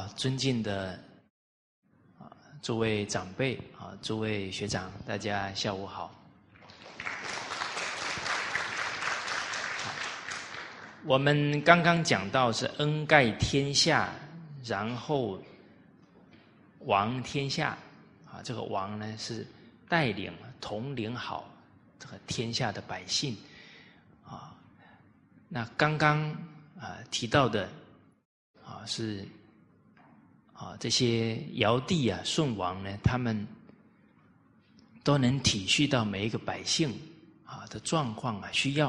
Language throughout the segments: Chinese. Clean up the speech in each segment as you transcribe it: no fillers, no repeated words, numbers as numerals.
好，尊敬的诸位长辈诸位学长，大家下午好。我们刚刚讲到是恩盖天下，然后王天下这个王呢是带领统领好这个天下的百姓那刚刚提到的是这些尧帝舜王呢，他们都能体恤到每一个百姓的状况需要。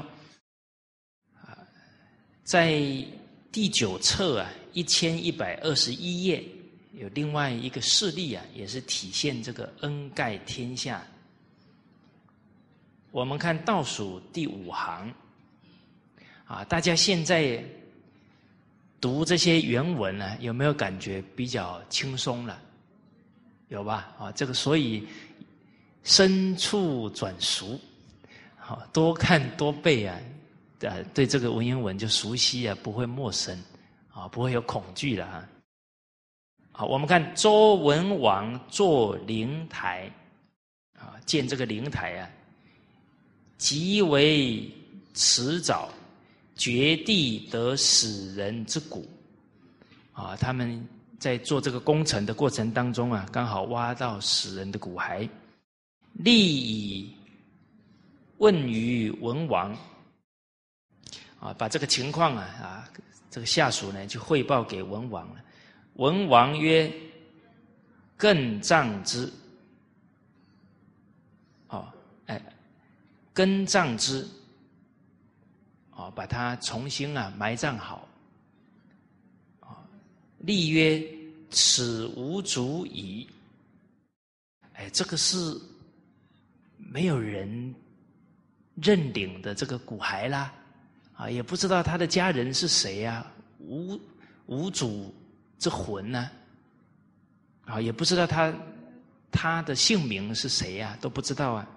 在第9册1121页有另外一个事例也是体现这个恩盖天下。我们看倒数第5行大家现在读这些原文有没有感觉比较轻松了？有吧？这个所以深处转熟，多看多背对这个文言文就熟悉不会陌生不会有恐惧了我们看周文王做灵台建这个灵台即为迟早掘地得死人之骨他们在做这个工程的过程当中刚好挖到死人的骨骸，立以问于文王把这个情况这个下属呢就汇报给文王了。文王曰：更葬之更葬之把它重新埋葬好立曰：此无足矣。这个是没有人认领的这个骨骸啦也不知道他的家人是谁无主之魂也不知道他的姓名是谁都不知道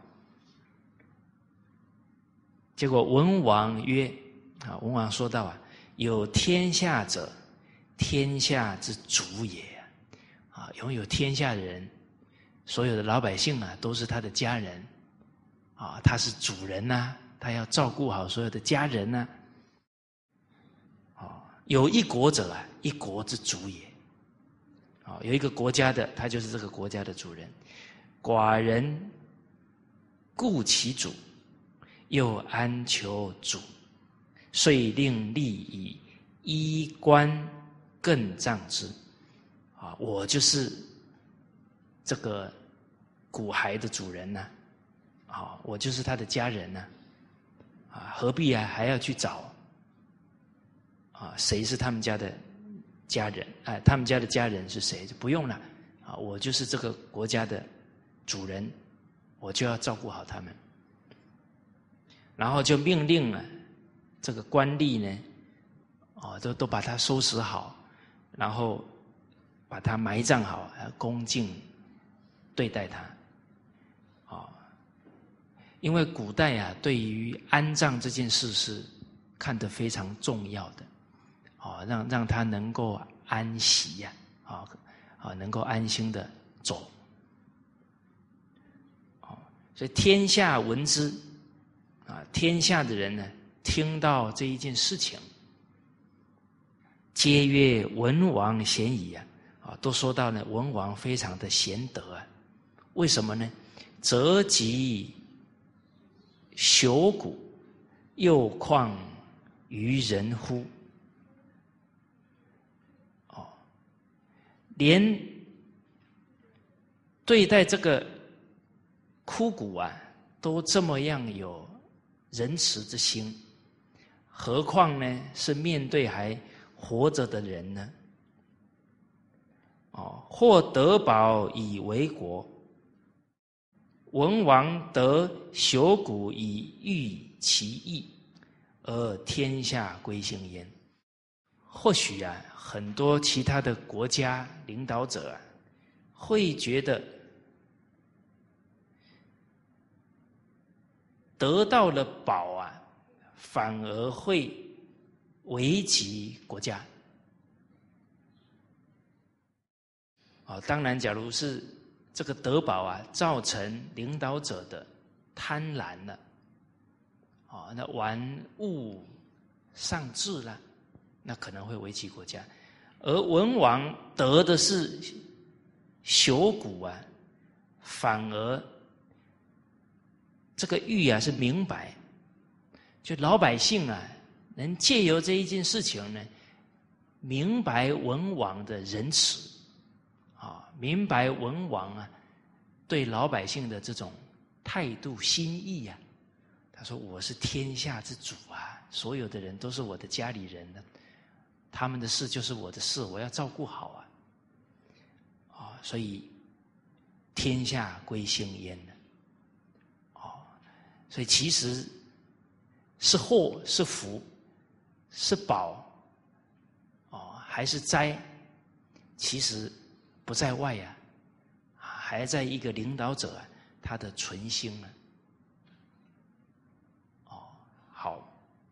结果文王曰文王说道有天下者，天下之主也拥有天下的人，所有的老百姓都是他的家人他是主人他要照顾好所有的家人有一国者一国之主也有一个国家的，他就是这个国家的主人。寡人顾其主，又安求主？遂令立以衣冠更葬之我就是这个骨骸的主人我就是他的家人何必还要去找谁是他们家的家人他们家的家人是谁就不用了我就是这个国家的主人，我就要照顾好他们。然后就命令这个官吏呢都把他收拾好，然后把他埋葬好，恭敬对待他因为古代对于安葬这件事是看得非常重要的让他能够安息能够安心的走所以天下闻之天下的人呢听到这一件事情，皆曰文王贤矣都说到呢文王非常的贤德为什么呢？择吉朽骨，又况于人乎？连对待这个枯骨都这么样有仁慈之心，何况呢是面对还活着的人呢？或得宝以为国，文王得朽骨以喻其义，而天下归心焉。或许很多其他的国家领导者会觉得得到了宝反而会危及国家当然，假如是这个德宝啊，造成领导者的贪婪了，那玩物丧志了，那可能会危及国家。而文王得的是朽骨啊，反而这个玉啊是明白，就老百姓啊，能借由这一件事情呢，明白文王的仁慈，明白文王啊对老百姓的这种态度心意啊。他说：“我是天下之主啊，所有的人都是我的家里人呢，他们的事就是我的事，我要照顾好啊。所以天下归心焉呢。所以其实是祸是福是宝还是灾，其实不在外啊，还在一个领导者他的存心呢。好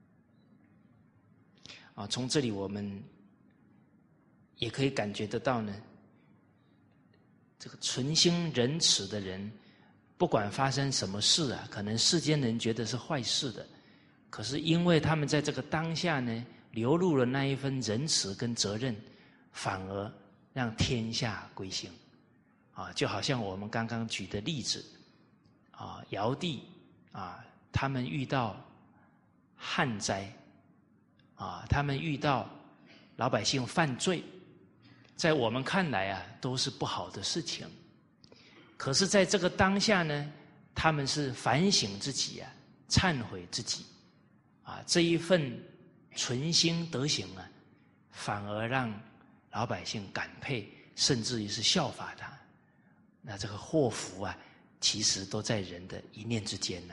从这里我们也可以感觉得到呢，这个存心仁慈的人，不管发生什么事啊，可能世间人觉得是坏事的，可是因为他们在这个当下呢，流露了那一份仁慈跟责任，反而让天下归心就好像我们刚刚举的例子尧帝他们遇到旱灾他们遇到老百姓犯罪，在我们看来都是不好的事情。可是在这个当下呢，他们是反省自己忏悔自己这一份存心德行反而让老百姓感佩，甚至于是效法他。那这个祸福其实都在人的一念之间呢。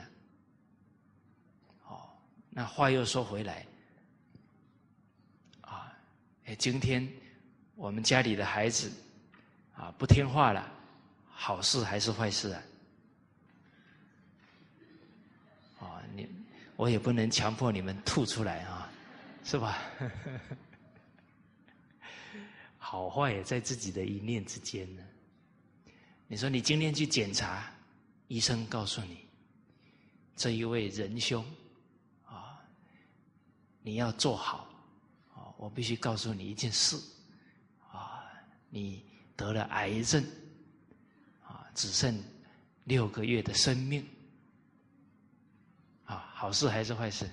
那话又说回来今天我们家里的孩子不听话了，好事还是坏事我也不能强迫你们吐出来是吧？好坏也在自己的一念之间呢。你说你今天去检查，医生告诉你这一位仁兄你要做好我必须告诉你一件事你得了癌症只剩6个月的生命好事还是坏事？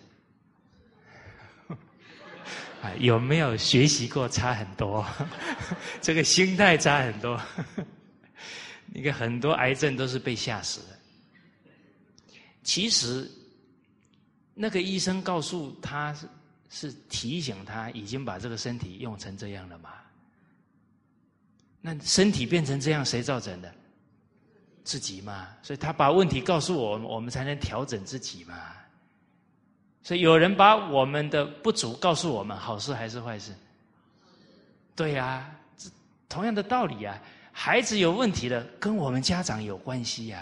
有没有学习过？差很多，这个心态差很多。你看很多癌症都是被吓死的。其实那个医生告诉他是提醒他已经把这个身体用成这样了嘛。那身体变成这样谁造成的？自己嘛。所以他把问题告诉我们，我们才能调整自己嘛。所以有人把我们的不足告诉我们，好事还是坏事？对同样的道理孩子有问题了，跟我们家长有关系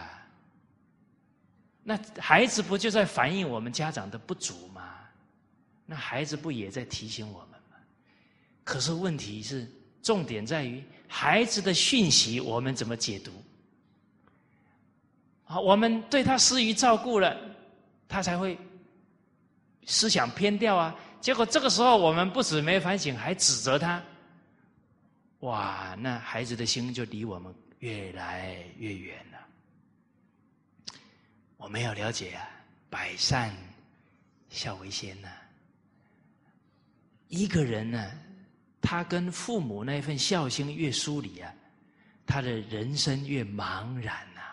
那孩子不就在反映我们家长的不足吗？那孩子不也在提醒我们吗？可是问题是，重点在于孩子的讯息我们怎么解读我们对他施予照顾了，他才会思想偏掉结果这个时候我们不止没反省，还指责他，哇，那孩子的心就离我们越来越远了。我们要了解百善孝为先一个人他跟父母那份孝心越疏离他的人生越茫然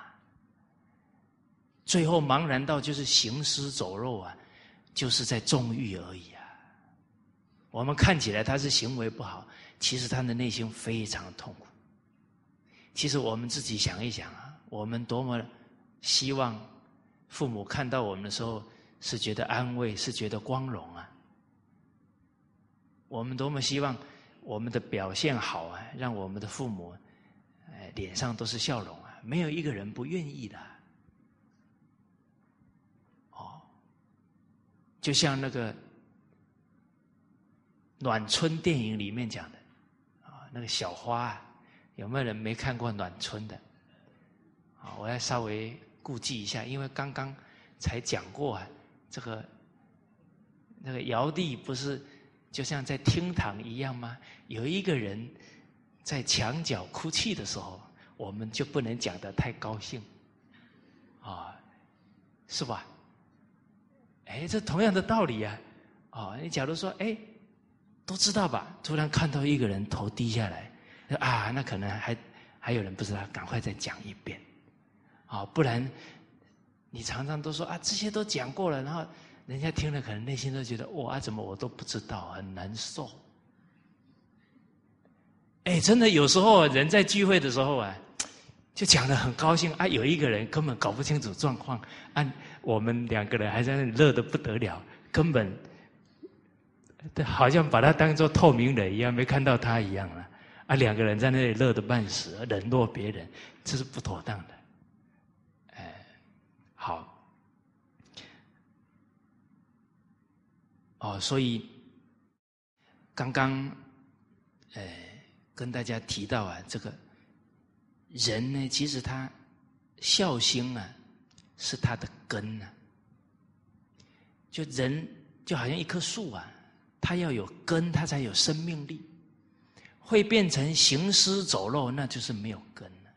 最后茫然到就是行尸走肉就是在纵欲而已我们看起来他是行为不好，其实他的内心非常痛苦。其实我们自己想一想我们多么希望父母看到我们的时候是觉得安慰，是觉得光荣我们多么希望我们的表现好让我们的父母脸上都是笑容没有一个人不愿意的就像那个暖春电影里面讲的那个小花有没有人没看过暖春的？啊，我要稍微顾忌一下，因为刚刚才讲过啊，这个那个尧帝不是就像在厅堂一样吗？有一个人在墙角哭泣的时候，我们就不能讲得太高兴，啊，是吧？哎，这同样的道理啊，哦，你假如说，哎，都知道吧？突然看到一个人头低下来，啊，那可能还有人不知道，赶快再讲一遍，啊，不然你常常都说啊，这些都讲过了，然后人家听了可能内心都觉得，哇，怎么我都不知道，很难受。哎，真的有时候人在聚会的时候啊，就讲得很高兴啊，有一个人根本搞不清楚状况，啊，我们两个人还在那里乐得不得了，根本好像把他当作透明人一样，没看到他一样了。啊，两个人在那里乐得半死，冷落别人，这是不妥当的。好，哦，所以刚刚跟大家提到啊，这个人呢，其实他孝心啊，是他的根啊。就人就好像一棵树啊，它要有根，它才有生命力。会变成行尸走肉，那就是没有根了。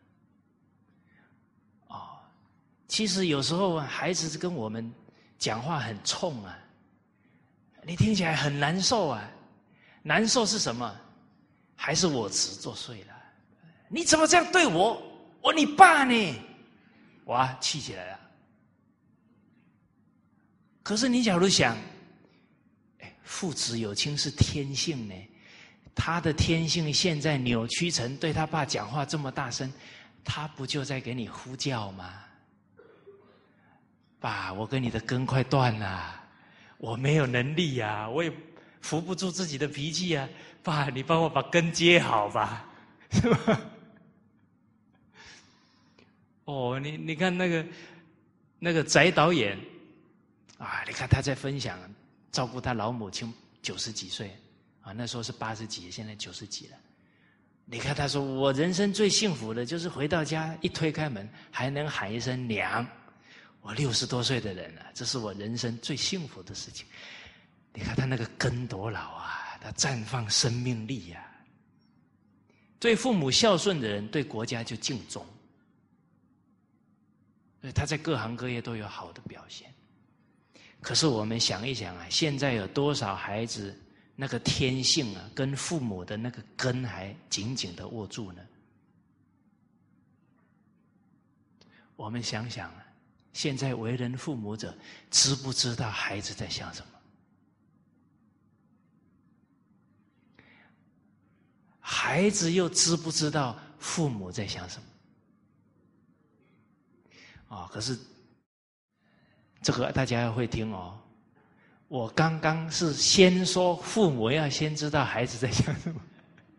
哦，其实有时候孩子跟我们讲话很冲啊，你听起来很难受啊。难受是什么？还是我执作祟了？你怎么这样对我？我你爸呢？哇，气起来了。可是你假如想，父子有亲是天性呢。他的天性现在扭曲成对他爸讲话这么大声，他不就在给你呼叫吗？爸，我跟你的根快断了，我没有能力呀，我也扶不住自己的脾气呀。爸，你帮我把根接好吧，是吧？哦，你看那个翟导演啊，你看他在分享照顾他老母亲90几岁。啊，那时候是80几，现在90几了。你看他说，我人生最幸福的就是回到家一推开门还能喊一声娘。我60多岁的人了，这是我人生最幸福的事情。你看他那个根多老啊，他绽放生命力啊。对父母孝顺的人，对国家就敬重。所以他在各行各业都有好的表现。可是我们想一想啊，现在有多少孩子那个天性啊，跟父母的那个根还紧紧的握住呢？我们想想啊，现在为人父母者，知不知道孩子在想什么？孩子又知不知道父母在想什么？啊，可是这个大家会听哦。我刚刚是先说父母要先知道孩子在想什么，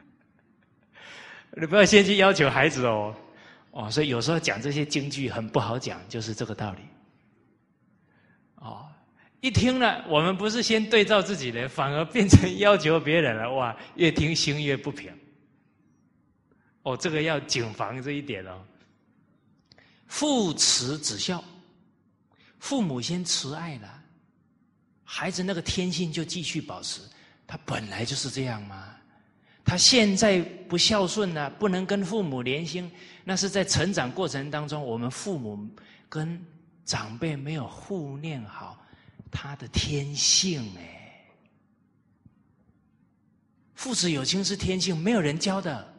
你不要先去要求孩子哦。哦，所以有时候讲这些京剧很不好讲，就是这个道理。哦，一听了，我们不是先对照自己的，反而变成要求别人了，哇，越听心越不平。哦，这个要谨防这一点哦。父慈子孝，父母先慈爱了。孩子那个天性就继续保持，他本来就是这样吗？他现在不孝顺啊，不能跟父母连心，那是在成长过程当中，我们父母跟长辈没有护念好他的天性哎。父子有亲是天性，没有人教的。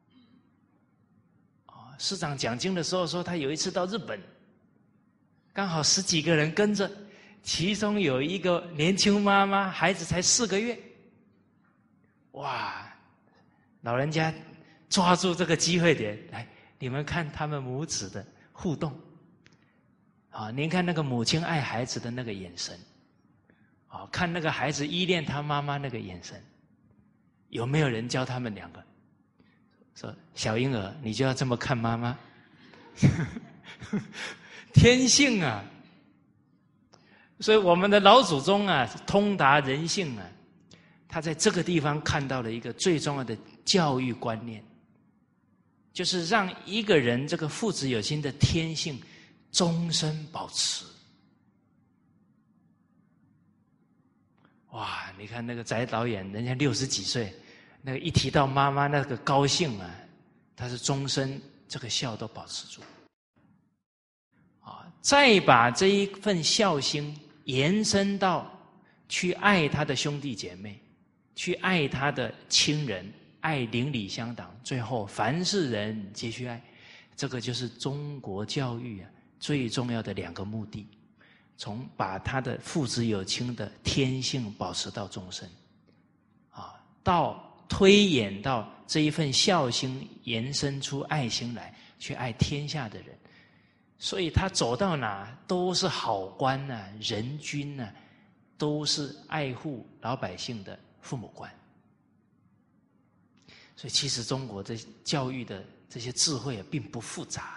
哦，师长讲经的时候说，他有一次到日本，刚好10几个人跟着。其中有一个年轻妈妈，孩子才4个月，哇！老人家抓住这个机会点，来，你们看他们母子的互动，啊，您看那个母亲爱孩子的那个眼神，啊，看那个孩子依恋他妈妈那个眼神，有没有人教他们2个？说小婴儿，你就要这么看妈妈，天性啊！所以我们的老祖宗啊，通达人性啊，他在这个地方看到了一个最重要的教育观念。 就是让一个人这个父子有亲的天性终身保持。哇，你看那个翟导演，人家60几岁，那个一提到妈妈那个高兴啊，他是终身这个孝都保持住。啊，再把这一份孝心延伸到去爱他的兄弟姐妹，去爱他的亲人，爱邻里乡党，最后凡是人皆须爱。这个就是中国教育最重要的2个目的，从把他的父子有亲的天性保持到终身，到推演到这一份孝心延伸出爱心来，去爱天下的人。所以他走到哪都是好官人君都是爱护老百姓的父母官。所以其实中国的教育的这些智慧并不复杂。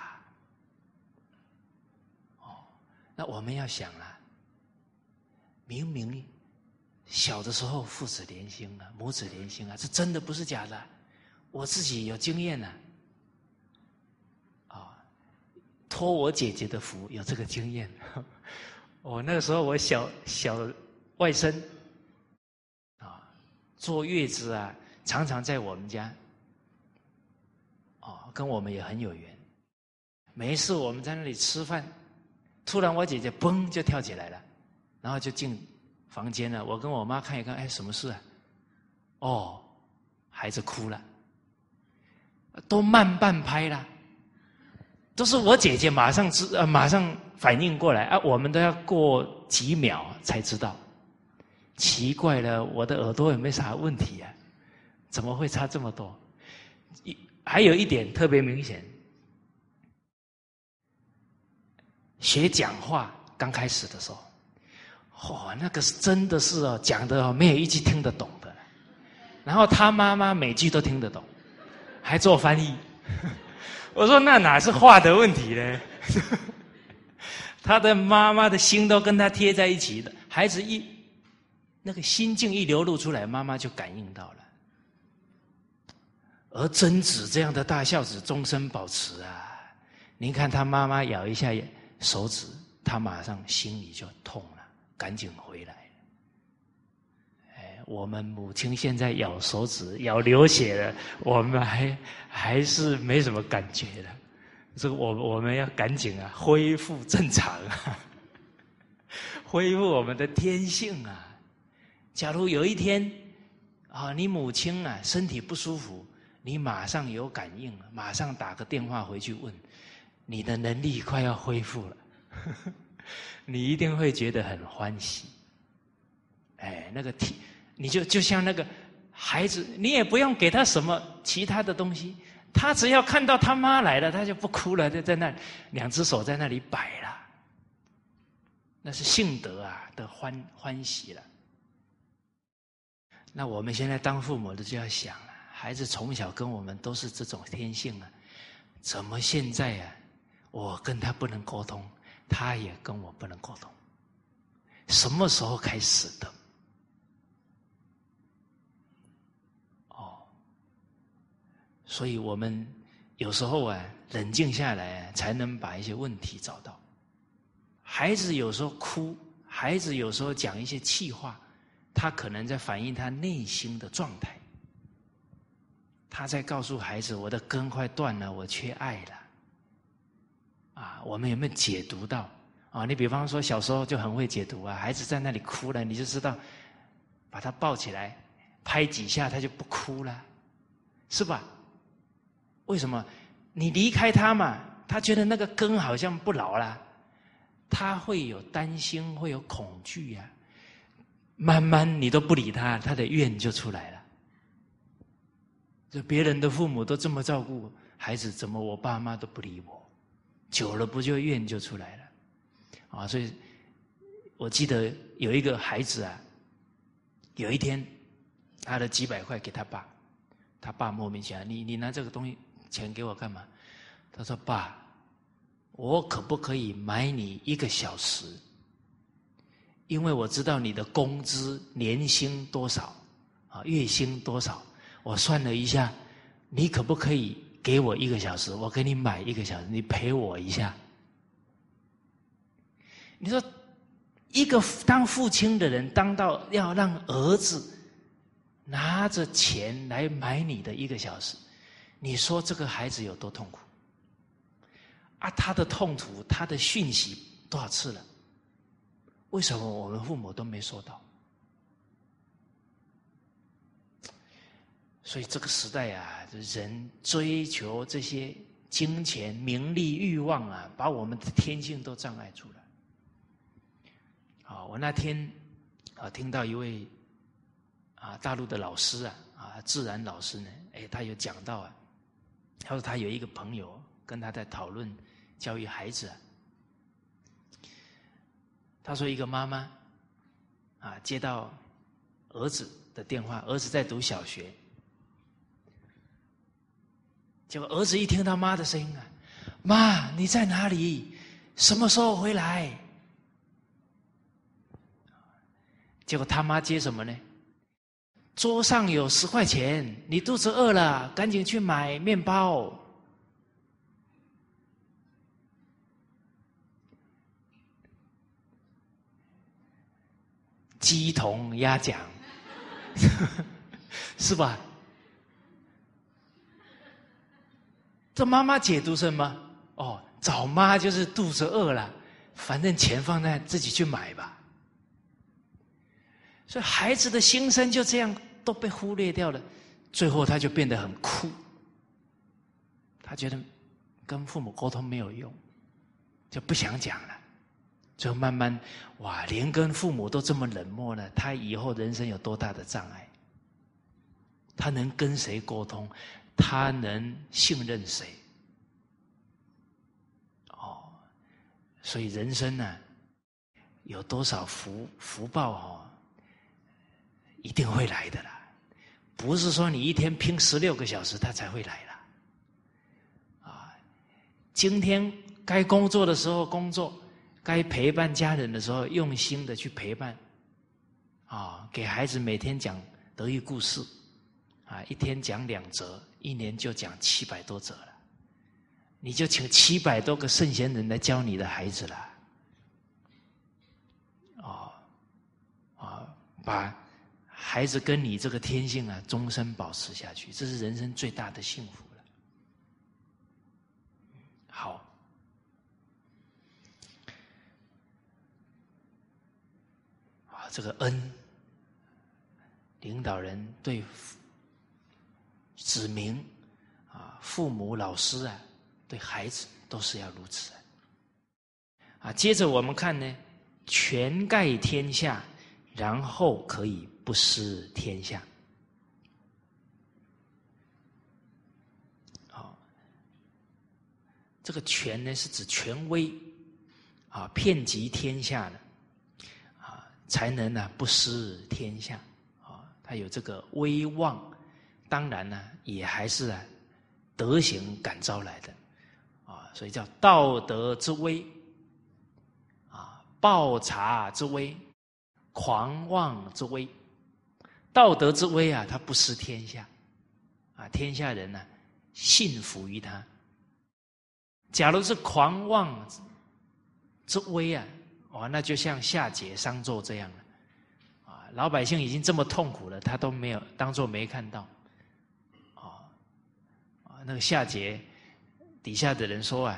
那我们要想明明小的时候父子连心母子连心这真的不是假的，我自己有经验托我姐姐的福有这个经验。那个时候我小外甥坐月子常常在我们家跟我们也很有缘。每一次我们在那里吃饭，突然我姐姐嘣就跳起来了，然后就进房间了。我跟我妈看一看，什么事孩子哭了，都慢半拍了，都是我姐姐马上反应过来我们都要过几秒才知道。奇怪了，我的耳朵也没啥问题怎么会差这么多？还有一点特别明显，学讲话刚开始的时候，那个真的是讲的没有一句听得懂的，然后他妈妈每句都听得懂，还做翻译。我说那哪是话的问题呢？他的妈妈的心都跟他贴在一起的，孩子那个心境一流露出来，妈妈就感应到了。而曾子这样的大孝子终身保持您看他妈妈咬一下手指，他马上心里就痛了，赶紧回来。我们母亲现在咬手指咬流血了，我们还是没什么感觉的。这个我们要赶紧恢复正常恢复我们的天性假如有一天你母亲身体不舒服，你马上有感应了，马上打个电话回去问，你的能力快要恢复了你一定会觉得很欢喜。那个你就像那个孩子，你也不用给他什么其他的东西，他只要看到他妈来了，他就不哭了，就在那2只手在那里摆了，那是性德的欢喜了。那我们现在当父母的就要想了，孩子从小跟我们都是这种天性怎么现在我跟他不能沟通，他也跟我不能沟通？什么时候开始的？所以我们有时候冷静下来才能把一些问题找到。孩子有时候哭，孩子有时候讲一些气话，他可能在反映他内心的状态。他在告诉孩子，我的根快断了，我缺爱了。我们有没有解读到？你比方说小时候就很会解读孩子在那里哭了，你就知道把他抱起来拍几下他就不哭了，是吧？为什么？你离开他嘛，他觉得那个根好像不牢了，他会有担心，会有恐惧慢慢你都不理他，他的怨就出来了。就别人的父母都这么照顾孩子，怎么我爸妈都不理我？久了不就怨就出来了所以我记得有一个孩子有一天他的几百块给他爸，他爸莫名其妙，你拿这个东西钱给我干嘛？他说爸，我可不可以买你1个小时？因为我知道你的工资年薪多少月薪多少，我算了一下，你可不可以给我1个小时，我给你买1个小时，你陪我一下。你说，一个当父亲的人，当到要让儿子拿着钱来买你的1个小时，你说这个孩子有多痛苦？啊，他的痛苦，他的讯息多少次了？为什么我们父母都没收到？所以这个时代啊，人追求这些金钱、名利、欲望啊，把我们的天性都障碍住了。我那天听到一位大陆的老师自然老师呢，他有讲到他说他有一个朋友跟他在讨论教育孩子他说一个妈妈接到儿子的电话，儿子在读小学，结果儿子一听他妈的声音妈你在哪里？什么时候回来？结果他妈接什么呢？桌上有10块钱，你肚子饿了，赶紧去买面包。鸡同鸭讲，是吧？这妈妈解读什么？找妈就是肚子饿了，反正钱放在自己去买吧。所以孩子的心声就这样都被忽略掉了，最后他就变得很酷，他觉得跟父母沟通没有用，就不想讲了，最后慢慢连跟父母都这么冷漠了，他以后人生有多大的障碍？他能跟谁沟通？他能信任谁？所以人生呢，有多少福报一定会来的啦，不是说你一天拼16个小时他才会来啦。今天该工作的时候工作，该陪伴家人的时候用心的去陪伴，给孩子每天讲德育故事，一天讲2则，1年就讲700多则了。你就请700多个圣贤人来教你的孩子了，把孩子跟你这个天性终身保持下去，这是人生最大的幸福了。好，这个恩，领导人对子民父母、老师对孩子都是要如此接着我们看呢，权盖天下，然后可以不失天下。这个权呢是指权威遍及天下的才能不失天下他有这个威望，当然呢也还是德行感召来的所以叫道德之威抱察之威，狂妄之威。道德之威他不失天下天下人信服于他。假如是狂妄之威那就像夏桀、商纣这样了老百姓已经这么痛苦了，他都没有当作没看到那个夏桀底下的人说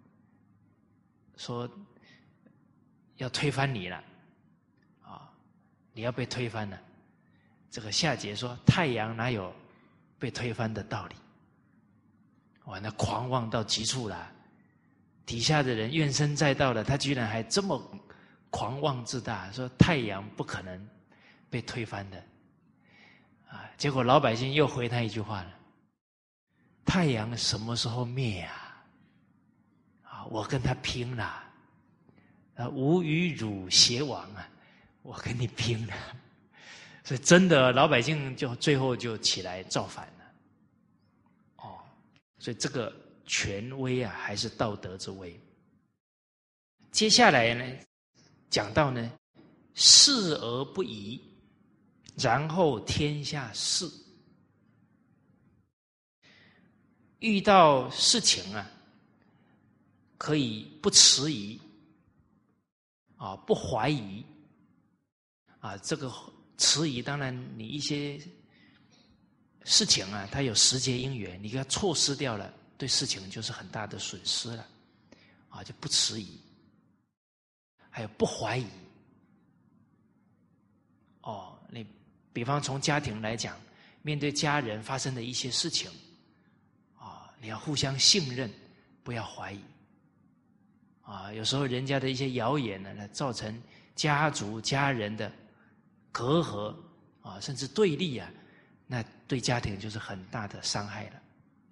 说要推翻你了你要被推翻了。这个夏桀说太阳哪有被推翻的道理？那狂妄到极处了，底下的人怨声载道了，他居然还这么狂妄自大，说太阳不可能被推翻的结果老百姓又回他一句话了：太阳什么时候灭我跟他拼了吾与汝偕亡我跟你拼了。所以真的老百姓就最后就起来造反了所以这个权威还是道德之威。接下来呢讲到呢，事而不疑，然后天下事。 遇到事情啊，可以不迟疑啊，不怀疑啊。这个迟疑，当然你一些事情啊，它有时节因缘，你给它错失掉了，对事情就是很大的损失了啊，就不迟疑。还有不怀疑哦，你比方从家庭来讲，面对家人发生的一些事情啊，你要互相信任，不要怀疑啊。有时候人家的一些谣言呢，造成家族家人的隔阂啊，甚至对立啊，那对家庭就是很大的伤害了。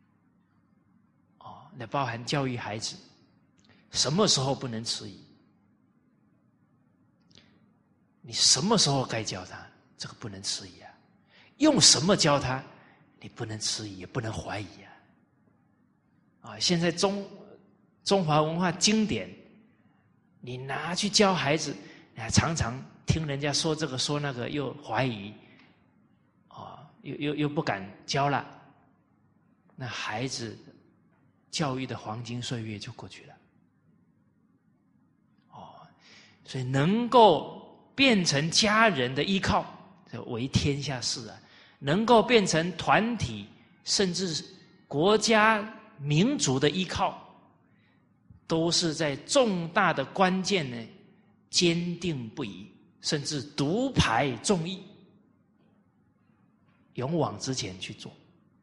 哦，那包含教育孩子，什么时候不能迟疑？你什么时候该教他？这个不能迟疑啊。用什么教他？你不能迟疑，也不能怀疑啊。啊，现在中华文化经典，你拿去教孩子，你还常常听人家说这个说那个，又怀疑，啊，又不敢教了，那孩子教育的黄金岁月就过去了。哦，所以能够变成家人的依靠，为天下事啊！能够变成团体甚至国家民族的依靠，都是在重大的关键呢，坚定不移，甚至独排众议，勇往直前去做。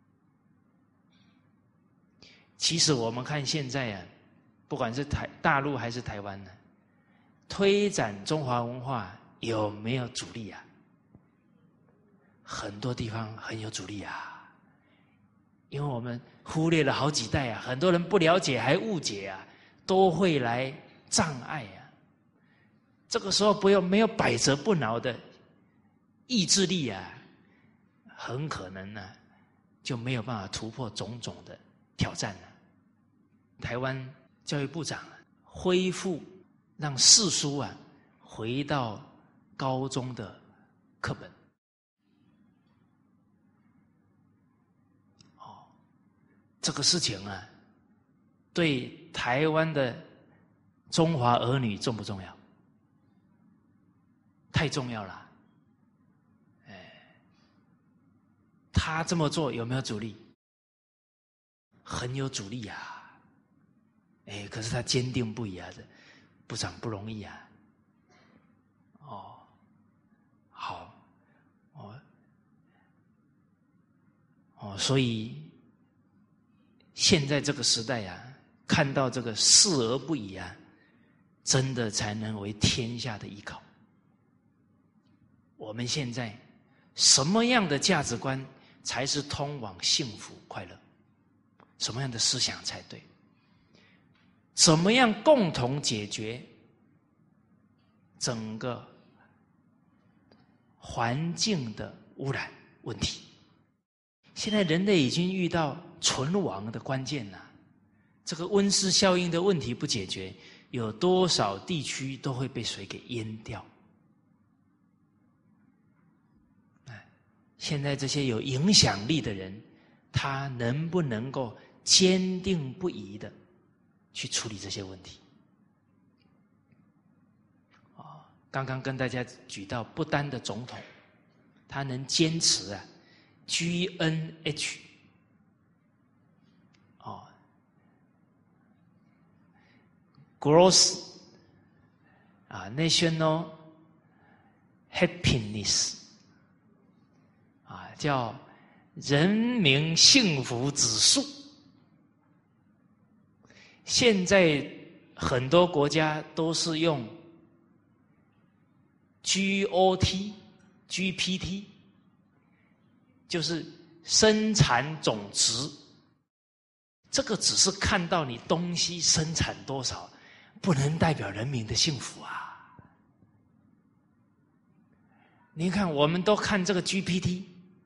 其实我们看现在啊，不管是大陆还是台湾呢，推展中华文化有没有阻力啊？很多地方很有阻力啊，因为我们忽略了好几代啊，很多人不了解还误解啊，都会来障碍啊。这个时候没有百折不挠的意志力啊，很可能呢就没有办法突破种种的挑战了。台湾教育部长恢复让四书啊回到高中的课本。哦，这个事情啊，对台湾的中华儿女重不重要？太重要了。他这么做有没有阻力？很有阻力啊。可是他坚定不移啊，部长不容易啊。哦，好，所以现在这个时代啊，看到这个视而不已啊，真的才能为天下的依靠。我们现在什么样的价值观才是通往幸福快乐？什么样的思想才对？怎么样共同解决整个环境的污染问题？现在人类已经遇到存亡的关键了，这个温室效应的问题不解决，有多少地区都会被水给淹掉。现在这些有影响力的人，他能不能够坚定不移的去处理这些问题？刚刚跟大家举到不丹的总统，他能坚持啊 GNH Growth National Happiness 叫人民幸福指数。现在很多国家都是用 GPT， 就是生产总值。这个只是看到你东西生产多少，不能代表人民的幸福啊。你看，我们都看这个 GPT，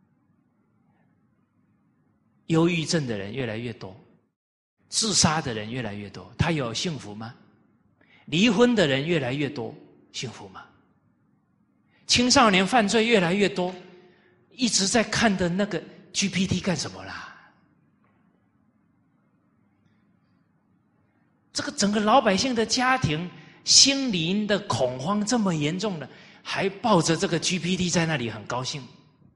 忧郁症的人越来越多，自杀的人越来越多，他有幸福吗？离婚的人越来越多，幸福吗？青少年犯罪越来越多，一直在看的那个 GPT 干什么啦？ 这个整个老百姓的家庭心灵的恐慌这么严重的，还抱着这个 GPT 在那里很高兴，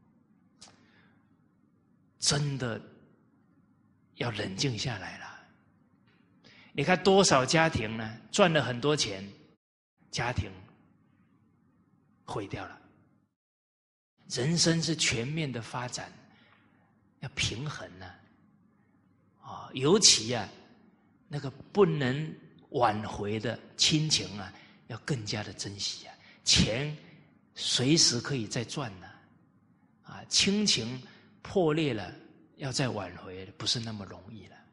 真的要冷静下来了。你看多少家庭呢，赚了很多钱，家庭毁掉了。人生是全面的发展，要平衡啊，尤其啊，那个不能挽回的亲情啊，要更加的珍惜啊。钱随时可以再赚啊，亲情破裂了，要再挽回不是那么容易了。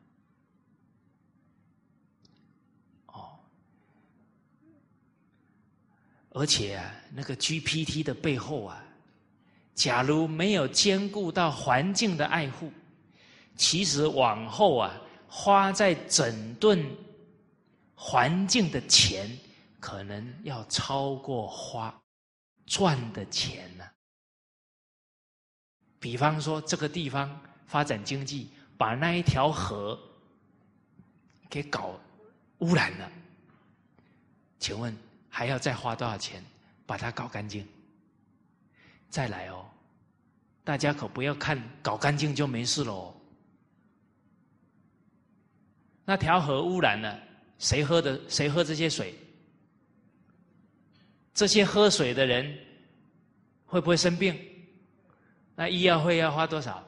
而且啊，那个 GPT 的背后啊，假如没有兼顾到环境的爱护，其实往后啊，花在整顿环境的钱，可能要超过赚的钱呢。比方说，这个地方发展经济，把那一条河给搞污染了，请问还要再花多少钱把它搞干净？再来哦，大家可不要看搞干净就没事了哦。那条河污染了，谁喝这些水？这些喝水的人会不会生病？那医药费要花多少？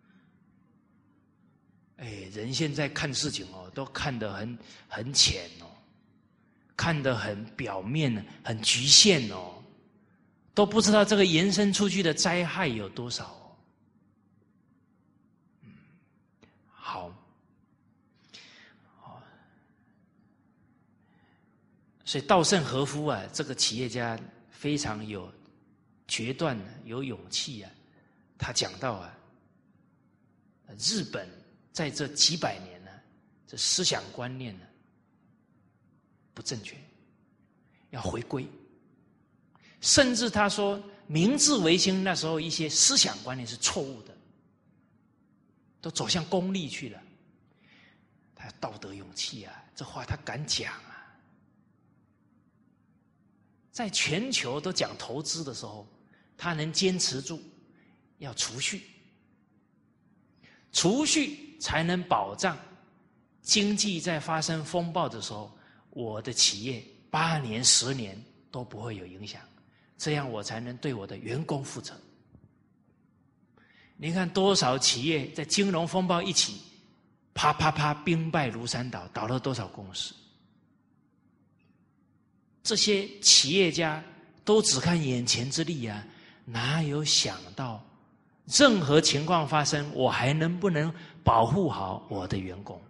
人现在看事情哦，都看得很浅哦，看得很表面，很局限哦，都不知道这个延伸出去的灾害有多少哦。好，所以稻盛和夫啊，这个企业家非常有决断、有勇气啊。他讲到啊，日本在这几百年呢，这思想观念呢不正确，要回归。甚至他说，明治维新那时候一些思想观念是错误的，都走向功利去了。他有道德勇气啊，这话他敢讲啊。在全球都讲投资的时候，他能坚持住，要储蓄，储蓄才能保障经济在发生风暴的时候，我的企业8年、10年都不会有影响，这样我才能对我的员工负责。你看多少企业在金融风暴一起，啪啪啪，兵败如山倒，倒了多少公司？这些企业家都只看眼前之利啊，哪有想到任何情况发生，我还能不能保护好我的员工？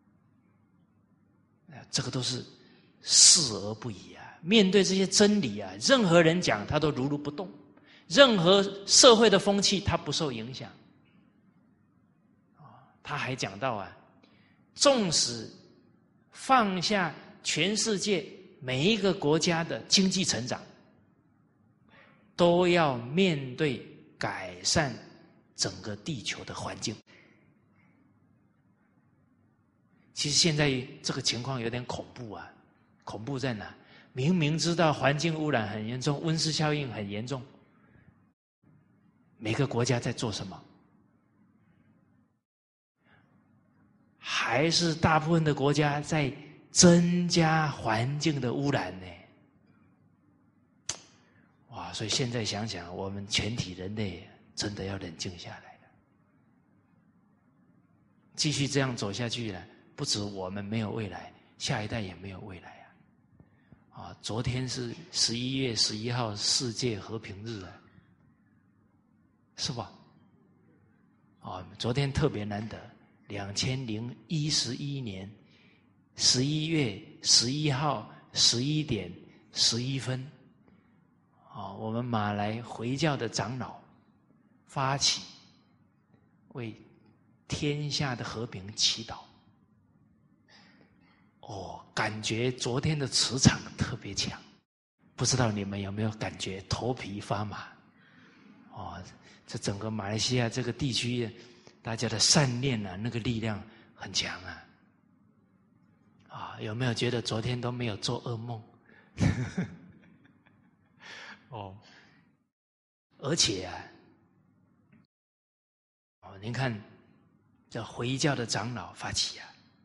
这个都是视而不已啊！面对这些真理啊，任何人讲他都如如不动，任何社会的风气他不受影响。他还讲到啊，纵使放下全世界每一个国家的经济成长，都要面对改善整个地球的环境。其实现在这个情况有点恐怖啊！恐怖在哪？明明知道环境污染很严重，温室效应很严重，每个国家在做什么？还是大部分的国家在增加环境的污染呢？哇！所以现在想想，我们全体人类真的要冷静下来了。继续这样走下去呢，不止我们没有未来，下一代也没有未来啊！昨天是11月11号世界和平日啊，是吧？昨天特别难得，2011年11月11号11点11分，我们马来回教的长老发起为天下的和平祈祷。感觉昨天的磁场特别强，不知道你们有没有感觉头皮发麻？这整个马来西亚这个地区，大家的善念啊，那个力量很强啊！ 有没有觉得昨天都没有做噩梦？哦，而且您看这回教的长老发起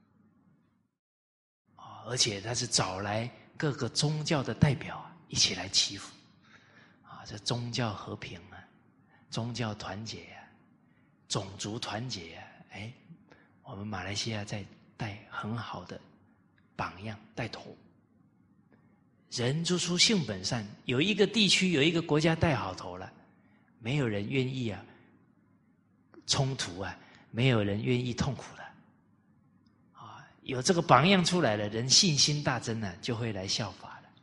而且他是找来各个宗教的代表一起来祈福这宗教和平宗教团结种族团结我们马来西亚在带很好的榜样带头。人之初性本善，有一个地区有一个国家带好头了，没有人愿意冲突没有人愿意痛苦了有这个榜样出来了，人信心大增就会来效法了。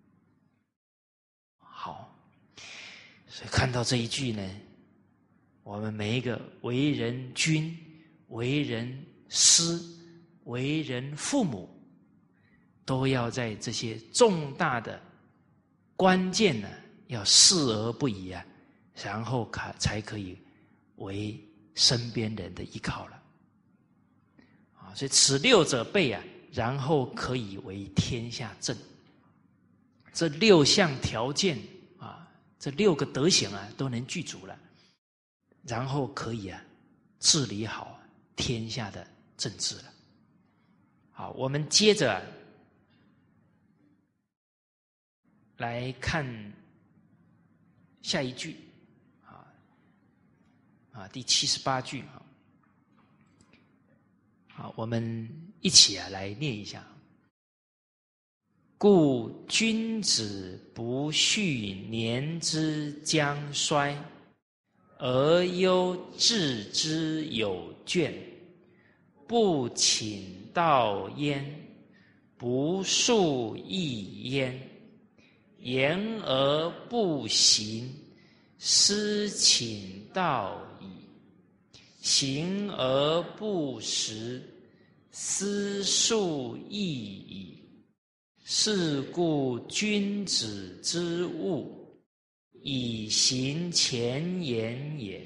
好，所以看到这一句呢，我们每一个为人君、为人师、为人父母，都要在这些重大的关键要视而不疑然后才可以为身边人的依靠了。所以此六者备然后可以为天下正。这六项条件这六个德行都能具足了，然后可以治理好天下的政治了。好，我们接着来看下一句第78句好，我们一起来念一下。故君子不恤年之将衰，而忧志之有倦。不请道焉，不述义焉。言而不行，斯请道矣。行而不实，斯述义矣。是故君子之务，以行前言也。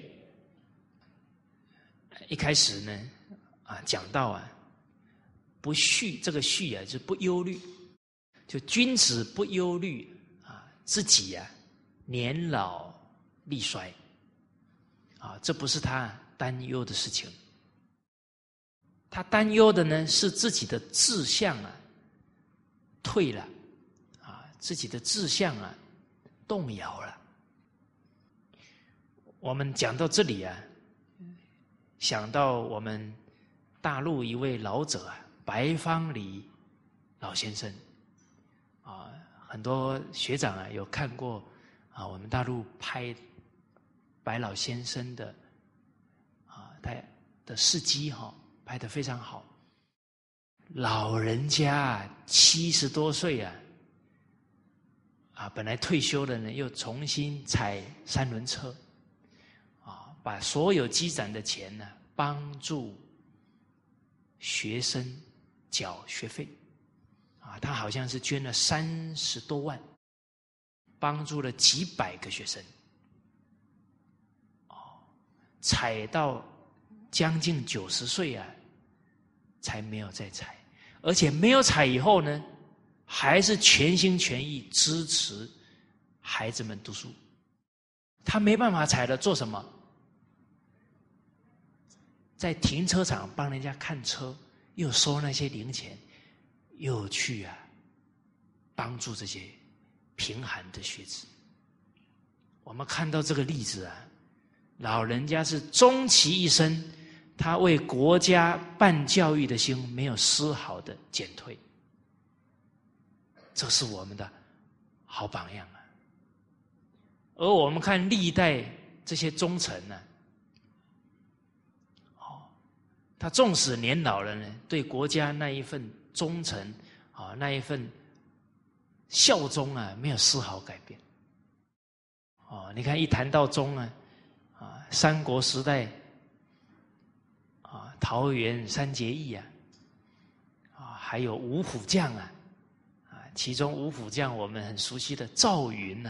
一开始呢，讲到不恤，这个恤就是不忧虑，就君子不忧虑自己年老力衰这不是他担忧的事情。他担忧的呢是自己的志向退了自己的志向动摇了。我们讲到这里想到我们大陆一位老者白方礼老先生很多学长有看过我们大陆拍白老先生的他的事迹拍得非常好。老人家70多岁本来退休了呢，又重新踩3轮车把所有积攒的钱呢帮助学生缴学费他好像是捐了30多万，帮助了几百个学生踩到将近90岁才没有再踩，而且没有踩以后呢，还是全心全意支持孩子们读书。他没办法踩了，做什么？在停车场帮人家看车，又收那些零钱，又去帮助这些贫寒的学子。我们看到这个例子老人家是终其一生，他为国家办教育的心没有丝毫的减退，这是我们的好榜样而我们看历代这些忠臣他纵使年老了呢，对国家那一份忠诚那一份效忠没有丝毫改变你看一谈到忠三国时代桃园三结义还有五虎将其中五虎将我们很熟悉的赵云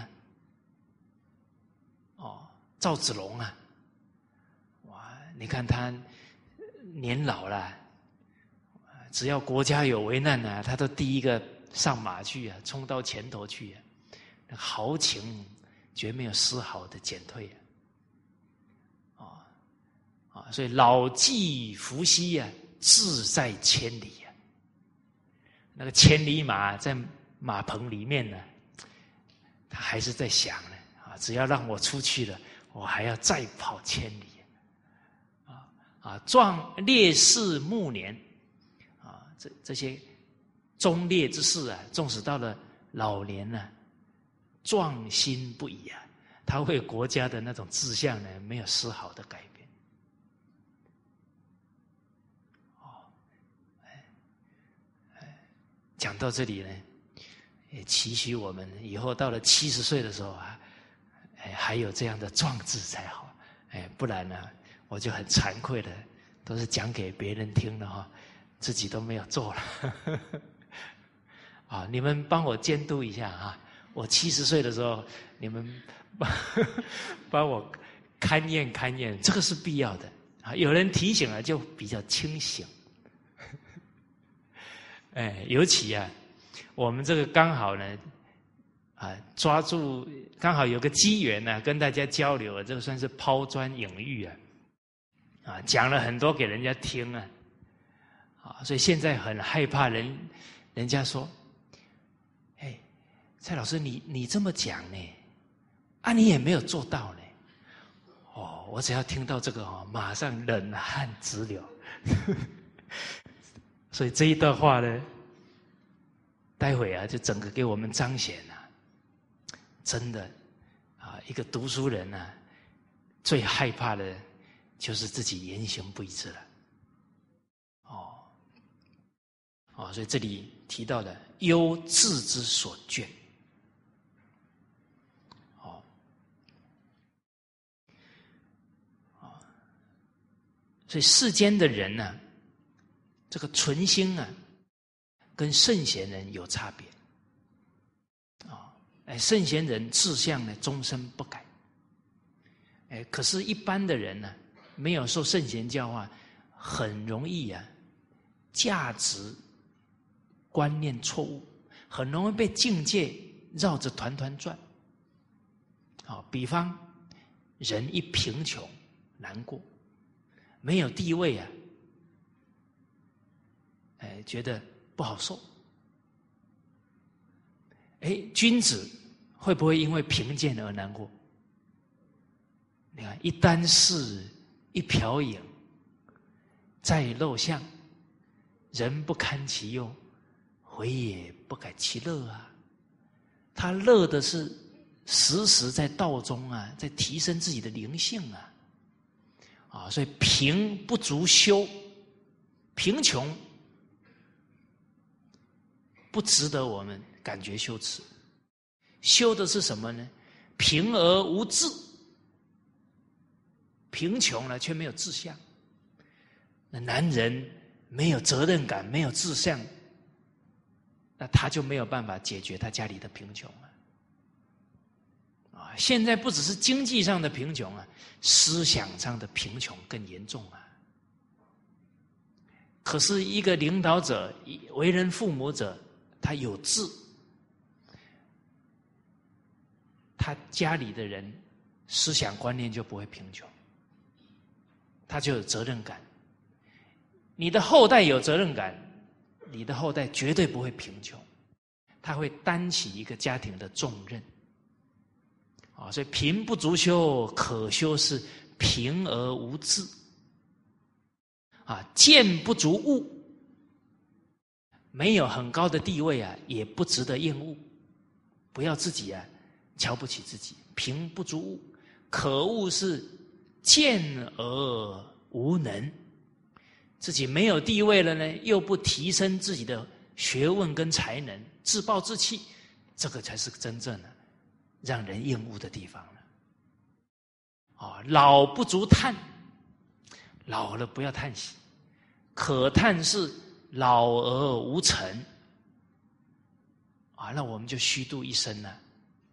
赵子龙哇，你看他年老了只要国家有危难啊，他都第一个上马去啊，冲到前头去啊，那豪情绝没有丝毫的减退所以老骥伏晞啊，志在千里啊。那个千里马在马棚里面呢，他还是在想呢只要让我出去了，我还要再跑千里壮烈士暮年这些忠烈之士啊，纵使到了老年呢，壮心不已啊，他为国家的那种志向呢，没有丝毫的改变。讲到这里呢，也期许我们以后到了70岁的时候还有这样的壮志才好。不然呢，我就很惭愧的，都是讲给别人听的自己都没有做了。你们帮我监督一下我70岁的时候，你们帮我勘验，这个是必要的有人提醒了，就比较清醒。尤其我们这个刚好呢，抓住刚好有个机缘呢，跟大家交流这个算是抛砖引玉讲了很多给人家听所以现在很害怕人家说，蔡老师你这么讲呢，你也没有做到呢。我只要听到这个马上冷汗直流。所以这一段话呢，待会就整个给我们彰显真的一个读书人最害怕的就是自己言行不一致了。所以这里提到的忧志之所倦。所以世间的人呢，这个存心跟圣贤人有差别圣贤人志向呢终身不改可是一般的人呢，没有受圣贤教化，很容易价值观念错误，很容易被境界绕着团团转比方人一贫穷难过，没有地位觉得不好受。君子会不会因为贫贱而难过？你看，一箪食，一瓢饮，在陋巷，人不堪其忧，回也不改其乐他乐的是时时在道中在提升自己的灵性所以贫不足羞，贫穷不值得我们感觉羞耻。羞的是什么呢？贫而无志，贫穷了却没有志向。那男人没有责任感，没有志向，那他就没有办法解决他家里的贫穷现在不只是经济上的贫穷思想上的贫穷更严重可是一个领导者，为人父母者，他有志，他家里的人思想观念就不会贫穷，他就有责任感。你的后代有责任感，你的后代绝对不会贫穷，他会担起一个家庭的重任所以贫不足羞，可羞是贫而无志贱不足恶，没有很高的地位也不值得厌恶。不要自己瞧不起自己。贫不足恶，可恶是贱而无能。自己没有地位了呢，又不提升自己的学问跟才能，自暴自弃，这个才是真正的让人厌恶的地方了。老不足叹，老了不要叹息，可叹是老而无成那我们就虚度一生了。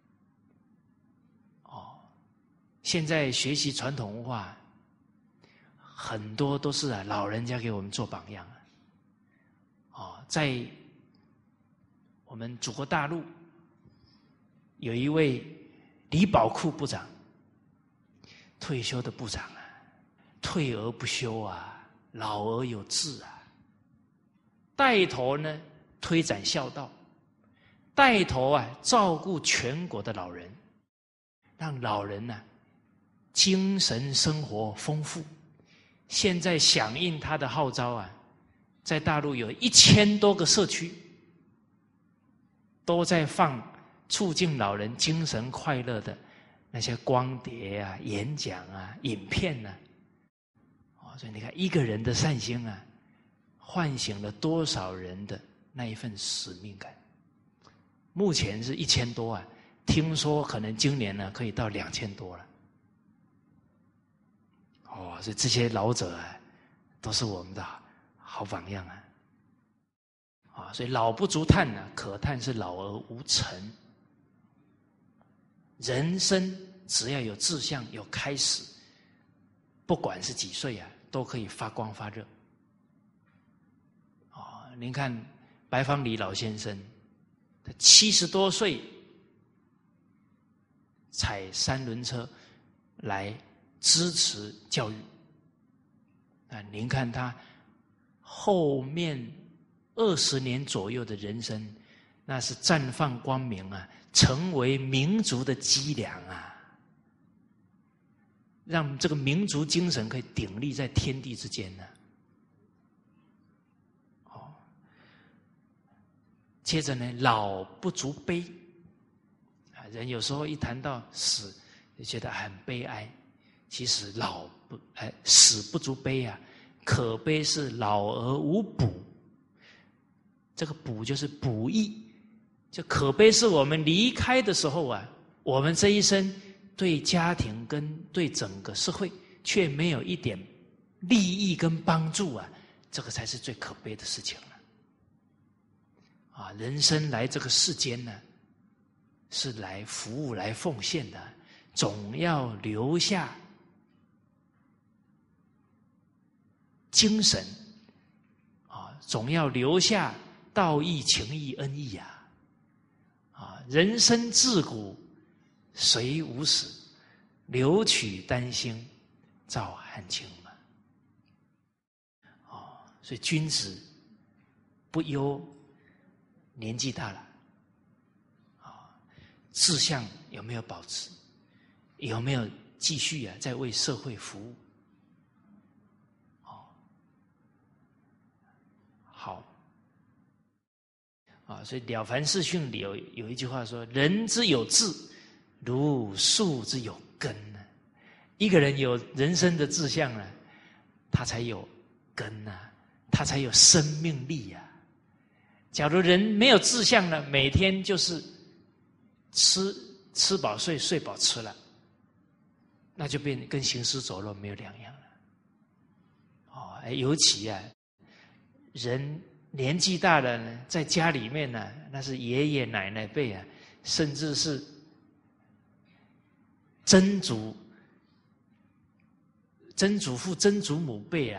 现在学习传统文化，很多都是老人家给我们做榜样在我们祖国大陆有一位李宝库部长，退休的部长啊，退而不休啊，老而有志啊，带头呢推展孝道，带头照顾全国的老人，让老人精神生活丰富。现在响应他的号召在大陆有1000多个社区都在放促进老人精神快乐的那些光碟演讲影片所以你看一个人的善心唤醒了多少人的那一份使命感。目前是1000多听说可能今年可以到2000多了。所以这些老者都是我们的好榜样所以老不足叹可叹是老而无成。人生只要有志向有开始，不管是几岁都可以发光发热。您看白方礼老先生，他70多岁踩3轮车来支持教育。您看他后面20年左右的人生，那是绽放光明成为民族的脊梁让这个民族精神可以鼎立在天地之间接着呢，老不足悲人有时候一谈到死就觉得很悲哀，其实死不足悲可悲是老而无补。这个补就是补益，就可悲是我们离开的时候我们这一生对家庭跟对整个社会却没有一点利益跟帮助这个才是最可悲的事情了。人生来这个世间呢，是来服务来奉献的，总要留下精神总要留下道义情义恩义人生自古谁无死，留取丹心照汗青嘛。所以君子不忧年纪大了志向有没有保持，有没有继续在为社会服务。好所以《了凡四训》里有一句话说：人之有志，如树之有根一个人有人生的志向他才有根他才有生命力假如人没有志向每天就是吃饱睡，睡饱吃了，那就变跟行尸走肉没有两样了尤其人年纪大了呢，在家里面那是爷爷奶奶辈甚至是曾祖父、曾祖母辈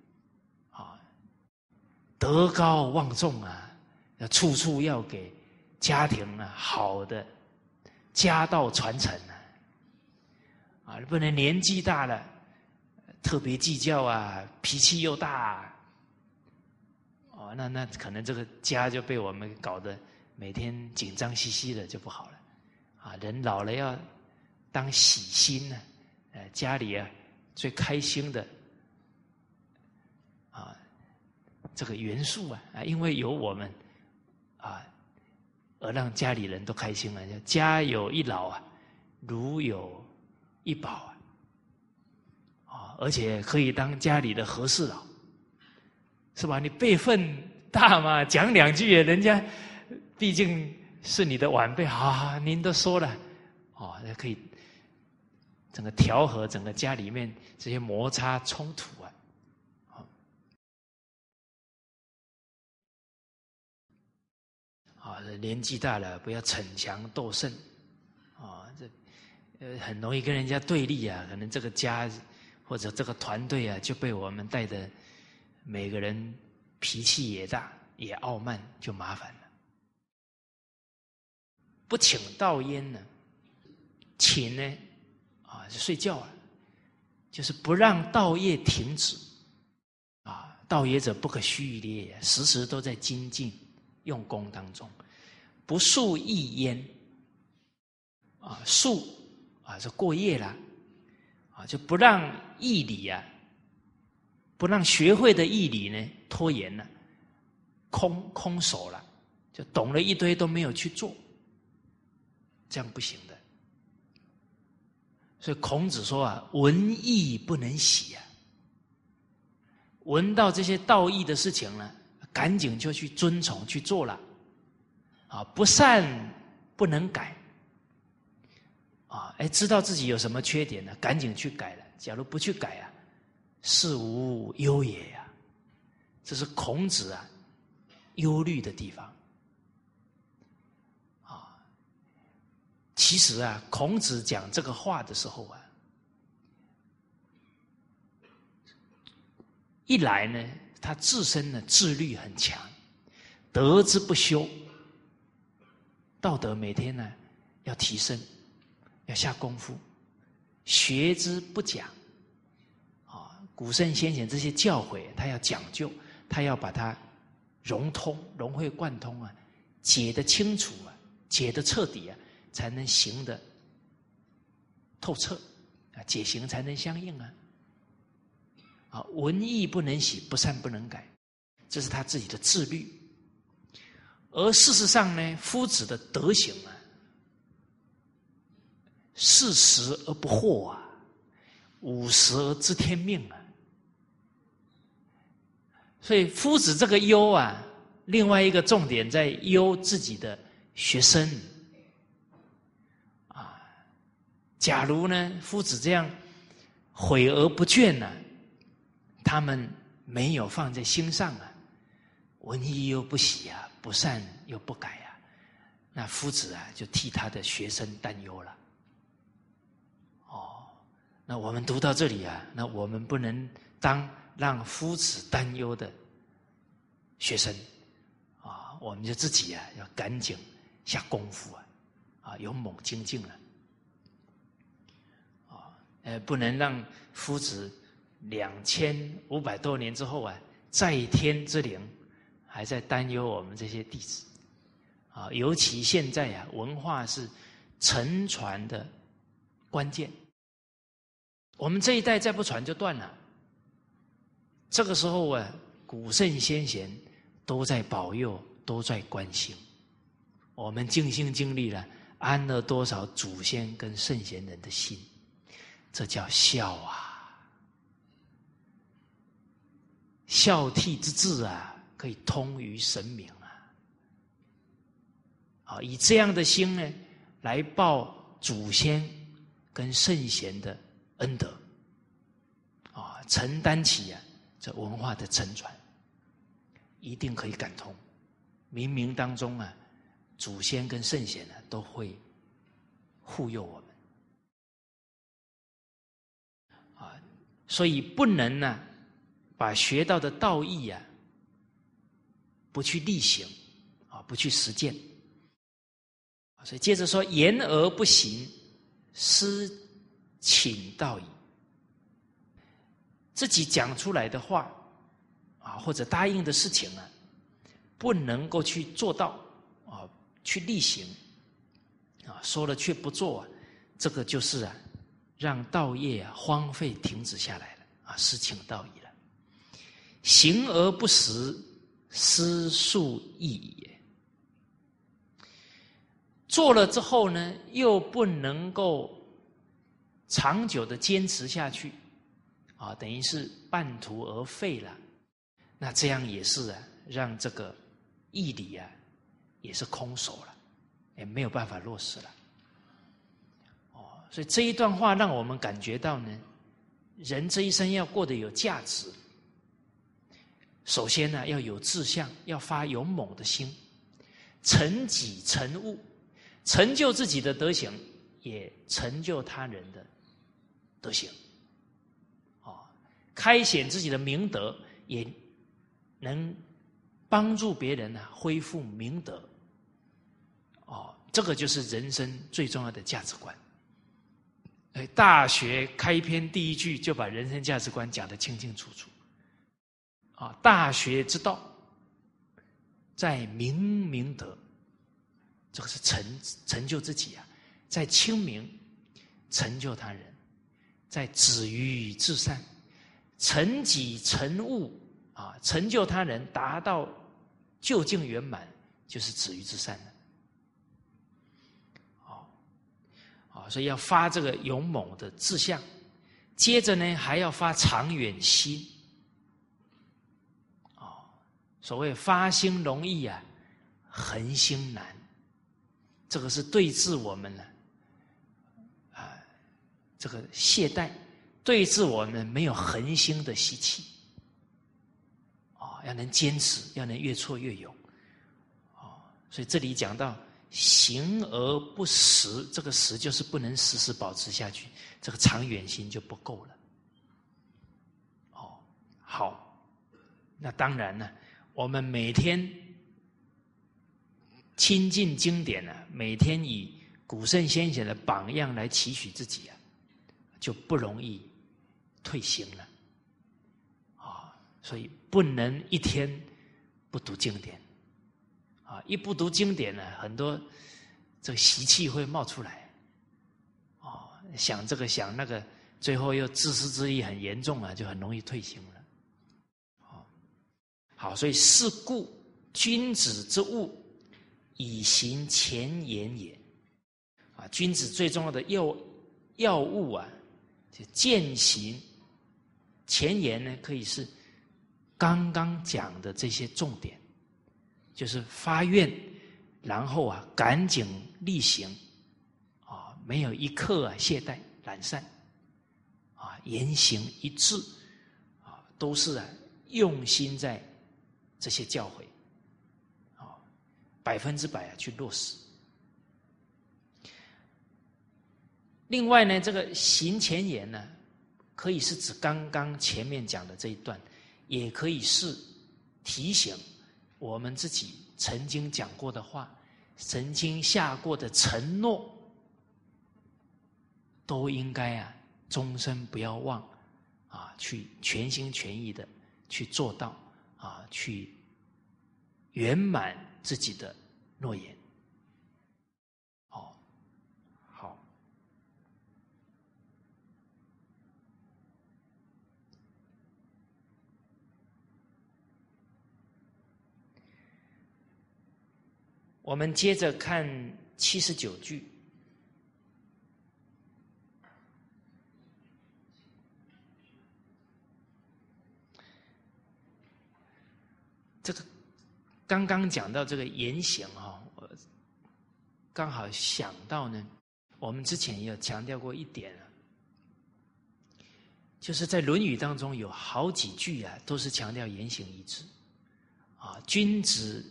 德高望重处处要给家庭好的家道传承不能年纪大了特别计较脾气又大那可能这个家就被我们搞得每天紧张兮兮的，就不好了人老了要当喜心家里最开心的这个元素因为有我们而让家里人都开心了。家有一老如有一宝而且可以当家里的和事佬，是吧？你辈分大嘛，讲2句人家毕竟是你的晚辈您都说了那可以整个调和整个家里面这些摩擦冲突年纪大了不要逞强斗胜这很容易跟人家对立可能这个家或者这个团队就被我们带的每个人脾气也大， 也傲慢，就麻烦了。不请道焉呢？请呢就睡觉啊，就是不让道业停止啊。道业者不可虚劣，时时都在精进用功当中。不宿役焉啊，宿啊是过夜啦啊，就不让义理啊，不让学会的义理呢拖延了，空手了，就懂了一堆都没有去做，这样不行的。所以孔子说啊，闻义不能喜啊，闻到这些道义的事情呢，赶紧就去遵从去做了啊，不善不能改啊，知道自己有什么缺点呢，赶紧去改了。假如不去改啊，事无忧也呀。这是孔子啊忧虑的地方啊。其实啊，孔子讲这个话的时候啊，一来呢，他自身呢自律很强，德之不修，道德每天呢要提升，要下功夫，学之不讲啊，古圣先贤这些教诲他要讲究，他要把它融会贯通啊，解得清楚啊，解得彻底啊，才能行得透彻啊，解行才能相应啊。啊，闻义不能喜，不善不能改，这是他自己的自律。而事实上呢，夫子的德行啊，40而不惑啊，50而知天命啊。所以夫子这个忧啊，另外一个重点在忧自己的学生啊。假如呢，夫子这样悔而不倦呢，他们没有放在心上啊，闻义又不喜啊，不善又不改啊，那夫子啊就替他的学生担忧了。哦，那我们读到这里啊，那我们不能当让夫子担忧的学生啊，我们就自己啊要赶紧下功夫啊，勇猛精进了啊，不能让夫子2500多年之后啊，在天之灵还在担忧我们这些弟子啊。尤其现在啊，文化是承传的关键，我们这一代再不传就断了。这个时候啊，古圣先贤都在保佑，都在关心，我们尽心尽力了，安了多少祖先跟圣贤人的心，这叫孝啊。孝悌之志啊，可以通于神明啊！以这样的心呢，来报祖先跟圣贤的恩德啊，承担起啊这文化的承传，一定可以感通。冥冥当中啊，祖先跟圣贤呢都会护佑我们啊，所以不能呢把学到的道义啊不去力行啊，不去实践。所以接着说，言而不行，斯请道矣。自己讲出来的话啊，或者答应的事情啊，不能够去做到啊，去力行啊，说了却不做啊，这个就是啊，让道业啊荒废停止下来了啊，失请道矣了。行而不实，斯数益也。做了之后呢，又不能够长久的坚持下去啊，等于是半途而废了。那这样也是啊，让这个义理啊也是空手了，也没有办法落实了。哦，所以这一段话让我们感觉到呢，人这一生要过得有价值，首先呢要有志向，要发勇猛的心，成己成物，成就自己的德行，也成就他人的德行。开显自己的明德，也能帮助别人恢复明德。这个就是人生最重要的价值观。大学开篇第一句就把人生价值观讲得清清楚楚。大学之道，在明明德，这个是成就自己在清明成就他人，在止于至善，成己成物成就他人，达到究竟圆满，就是止于至善了。所以要发这个勇猛的志向，接着呢还要发长远心。所谓发心容易恒心难，这个是对治我们这个懈怠，对治我们没有恒心的习气。要能坚持，要能越挫越勇。所以这里讲到行而不实，这个实就是不能时时保持下去，这个长远心就不够了。好，那当然呢，我们每天亲近经典每天以古圣先贤的榜样来期许自己就不容易退行了。所以不能一天不读经典。一不读经典很多这个习气会冒出来。想这个想那个，最后又自私自利很严重就很容易退行了。好，所以是故君子之务，以行前言也。君子最重要的要务就践行。前言呢，可以是刚刚讲的这些重点，就是发愿，然后赶紧力行，没有一刻懈怠懒散，言行一致，都是用心在这些教诲，100%去落实。另外呢，这个行前言呢，可以是指刚刚前面讲的这一段，也可以是提醒我们自己曾经讲过的话，曾经下过的承诺，都应该终身不要忘去全心全意的去做到去圆满自己的诺言。好，我们接着看79句。这个刚刚讲到这个言行我刚好想到呢，我们之前也有强调过一点就是在《论语》当中有好几句都是强调言行一致君子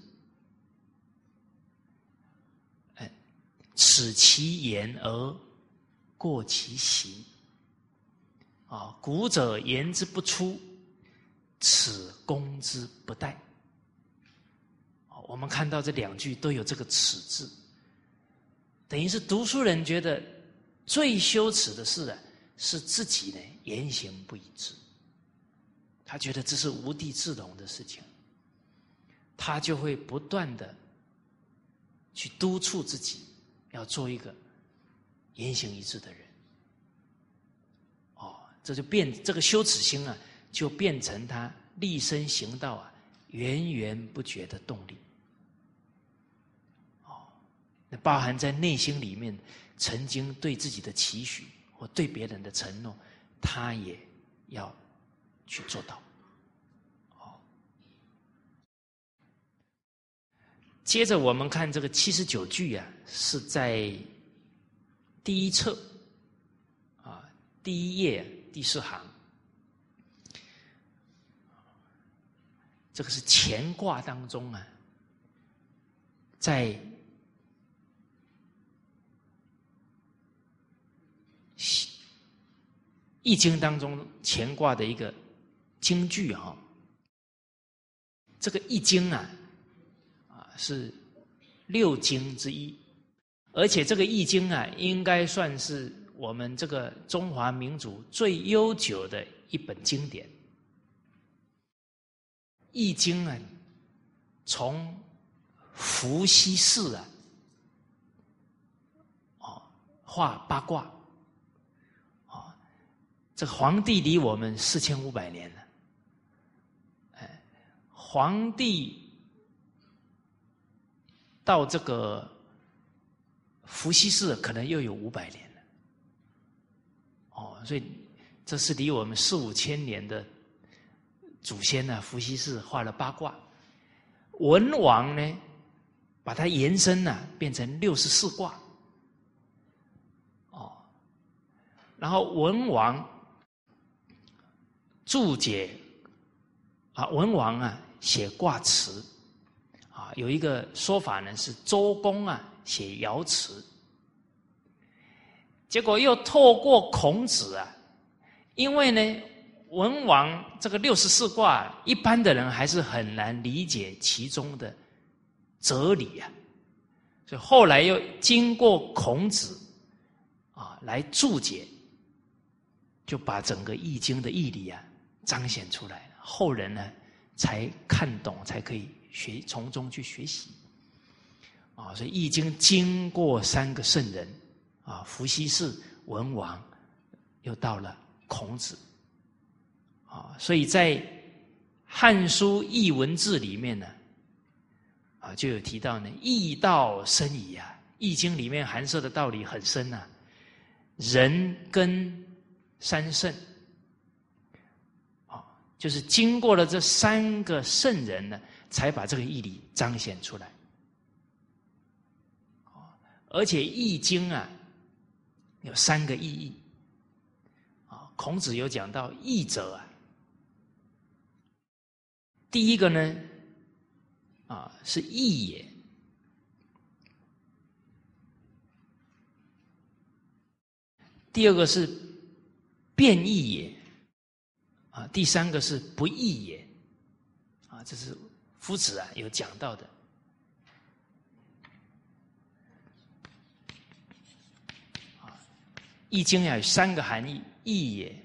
耻其言而过其行古者言之不出，此攻之不殆。我们看到这两句都有这个耻字，等于是读书人觉得最羞耻的事是自己呢言行不一致，他觉得这是无地自容的事情，他就会不断的去督促自己要做一个言行一致的人。这就这个羞耻心就变成他立身行道源源不绝的动力。那包含在内心里面曾经对自己的期许或对别人的承诺，他也要去做到。接着我们看这个79句是在第一册第一页第4行，这个是乾卦当中在易经当中乾卦的一个金句这个易经是6经之一，而且这个易经应该算是我们这个中华民族最悠久的一本经典。易经从伏羲氏画八卦，这个皇帝离我们4500年了，皇帝到这个伏羲氏可能又有500年了，所以这是离我们4、5千年的祖先伏羲氏画了八卦。文王呢，把它延伸变成64卦，然后文王注解文王写卦辞有一个说法呢是周公写爻辞，结果又透过孔子因为呢文王这个64卦一般的人还是很难理解其中的哲理所以后来又经过孔子来注解，就把整个易经的义理彰显出来了，后人呢才看懂，才可以从中去学习所以易经经过3个圣人伏羲氏、文王，又到了孔子所以在《汉书·艺文志》里面呢就有提到呢，易道深矣易经里面含摄的道理很深人根三圣就是经过了这3个圣人呢，才把这个义理彰显出来而且易经有3个意义孔子有讲到易者第一个呢是义也，第二个是变易也第3个是不义也这是夫子有讲到的易经有3个含义，义也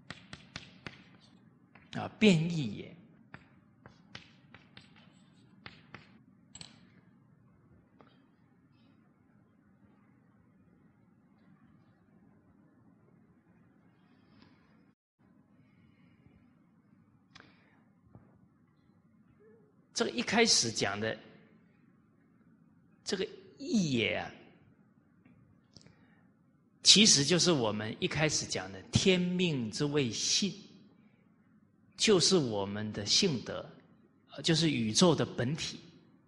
变易也。这个一开始讲的这个义也其实就是我们一开始讲的天命之谓性，就是我们的性德，就是宇宙的本体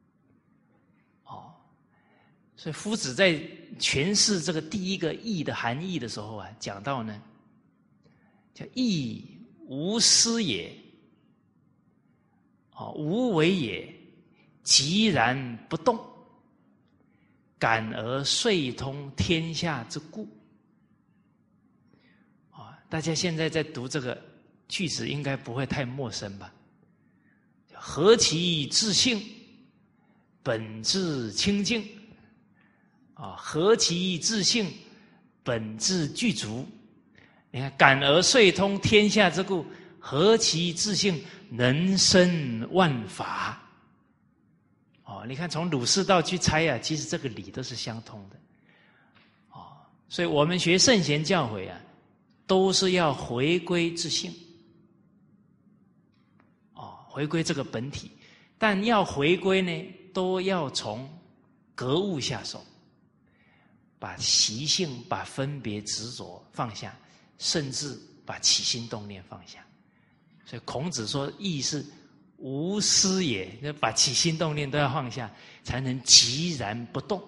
所以夫子在诠释这个第一个义的含义的时候讲到呢，叫义无私也无为也，寂然不动，感而遂通天下之故大家现在在读这个句子应该不会太陌生吧？何其自性，本自清净何其自性，本自具足。你看，感而遂通天下之故，何其自性，能生万法你看从儒释道去猜其实这个理都是相通的所以我们学圣贤教诲都是要回归自性回归这个本体，但要回归呢，都要从格物下手，把习性、把分别执着放下，甚至把起心动念放下。所以孔子说义是无私也，把起心动念都要放下，才能寂然不动。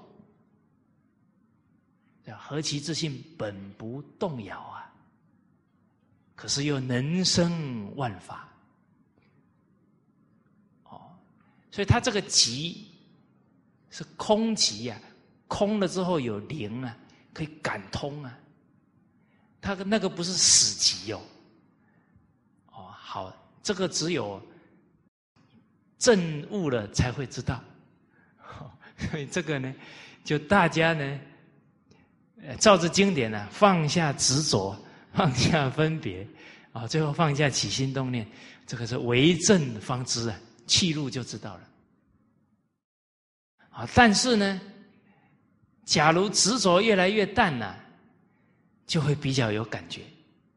何其自性，本不动摇可是又能生万法所以他这个寂是空寂空了之后有灵可以感通他那个不是死寂好，这个只有证悟了才会知道。所以这个呢，就大家呢，照着经典呢，放下执着，放下分别，啊，最后放下起心动念，这个是为证方知啊，契入就知道了。啊，但是呢，假如执着越来越淡了，就会比较有感觉。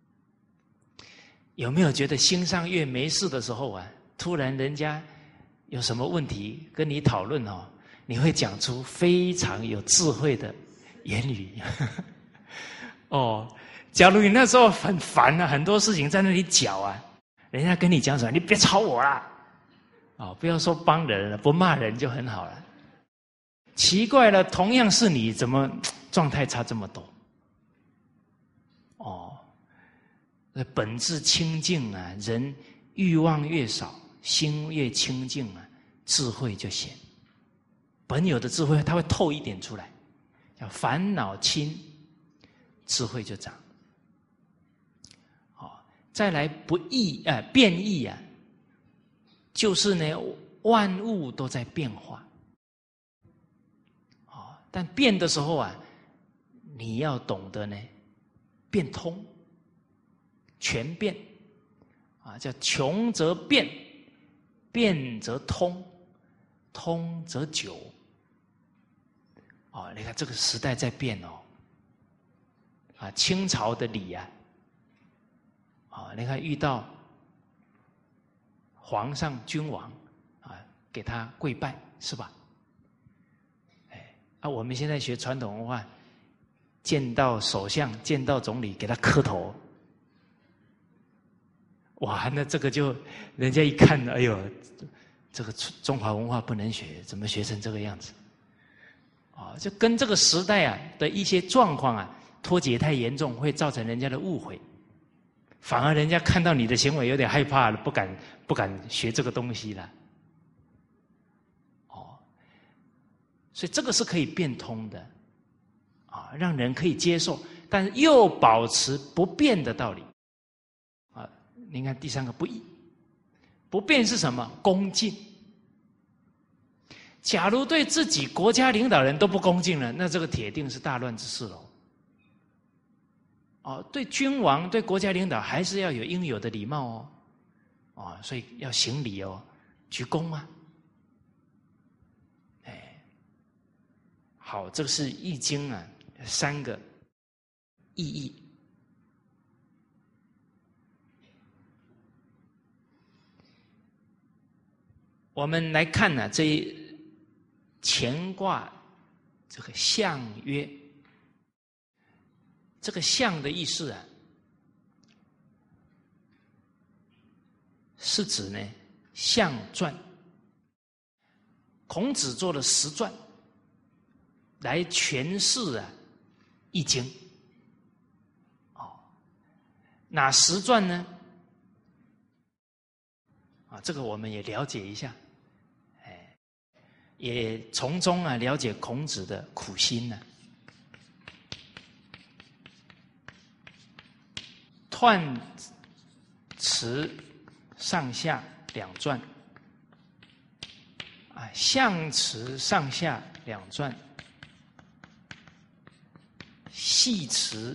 有没有觉得心上越没事的时候啊，突然人家有什么问题跟你讨论哦，你会讲出非常有智慧的言语。哦，假如你那时候很烦啊，很多事情在那里搅啊，人家跟你讲什么，你别吵我啦。哦，不要说帮人了，不骂人就很好了。奇怪了，同样是你，怎么状态差这么多？哦，本质清净啊，人欲望越少，心越清净啊，智慧就显。本有的智慧，它会透一点出来，叫烦恼轻，智慧就长。好，再来不异变异啊，就是呢，万物都在变化。但变的时候啊，你要懂得呢，变通，全变，啊，叫穷则变，变则通，通则久。哦，你看这个时代在变哦，啊，清朝的礼啊，啊，你看遇到皇上君王啊，给他跪拜是吧？我们现在学传统文化，见到首相、见到总理，给他磕头。哇，那这个就人家一看，哎呦，这个中华文化不能学，怎么学成这个样子？啊，就跟这个时代啊的一些状况啊脱节太严重，会造成人家的误会，反而人家看到你的行为有点害怕了，不敢学这个东西了。所以这个是可以变通的，啊，让人可以接受，但是又保持不变的道理。啊，您看第三个不异，不变是什么？恭敬。假如对自己国家领导人都不恭敬了，那这个铁定是大乱之势喽。哦，对君王、对国家领导还是要有应有的礼貌哦，啊，所以要行礼哦，鞠躬啊。好，这个是《易经》啊3个意义。我们来看呢，这一乾卦这个象曰，这个象的意思啊，是指呢象传。孔子做了10传。来诠释啊《易经》。哦，哪10传呢？啊，这个我们也了解一下，也从中啊了解孔子的苦心呢。彖辞上下2传，啊，象辞上下2传。系辞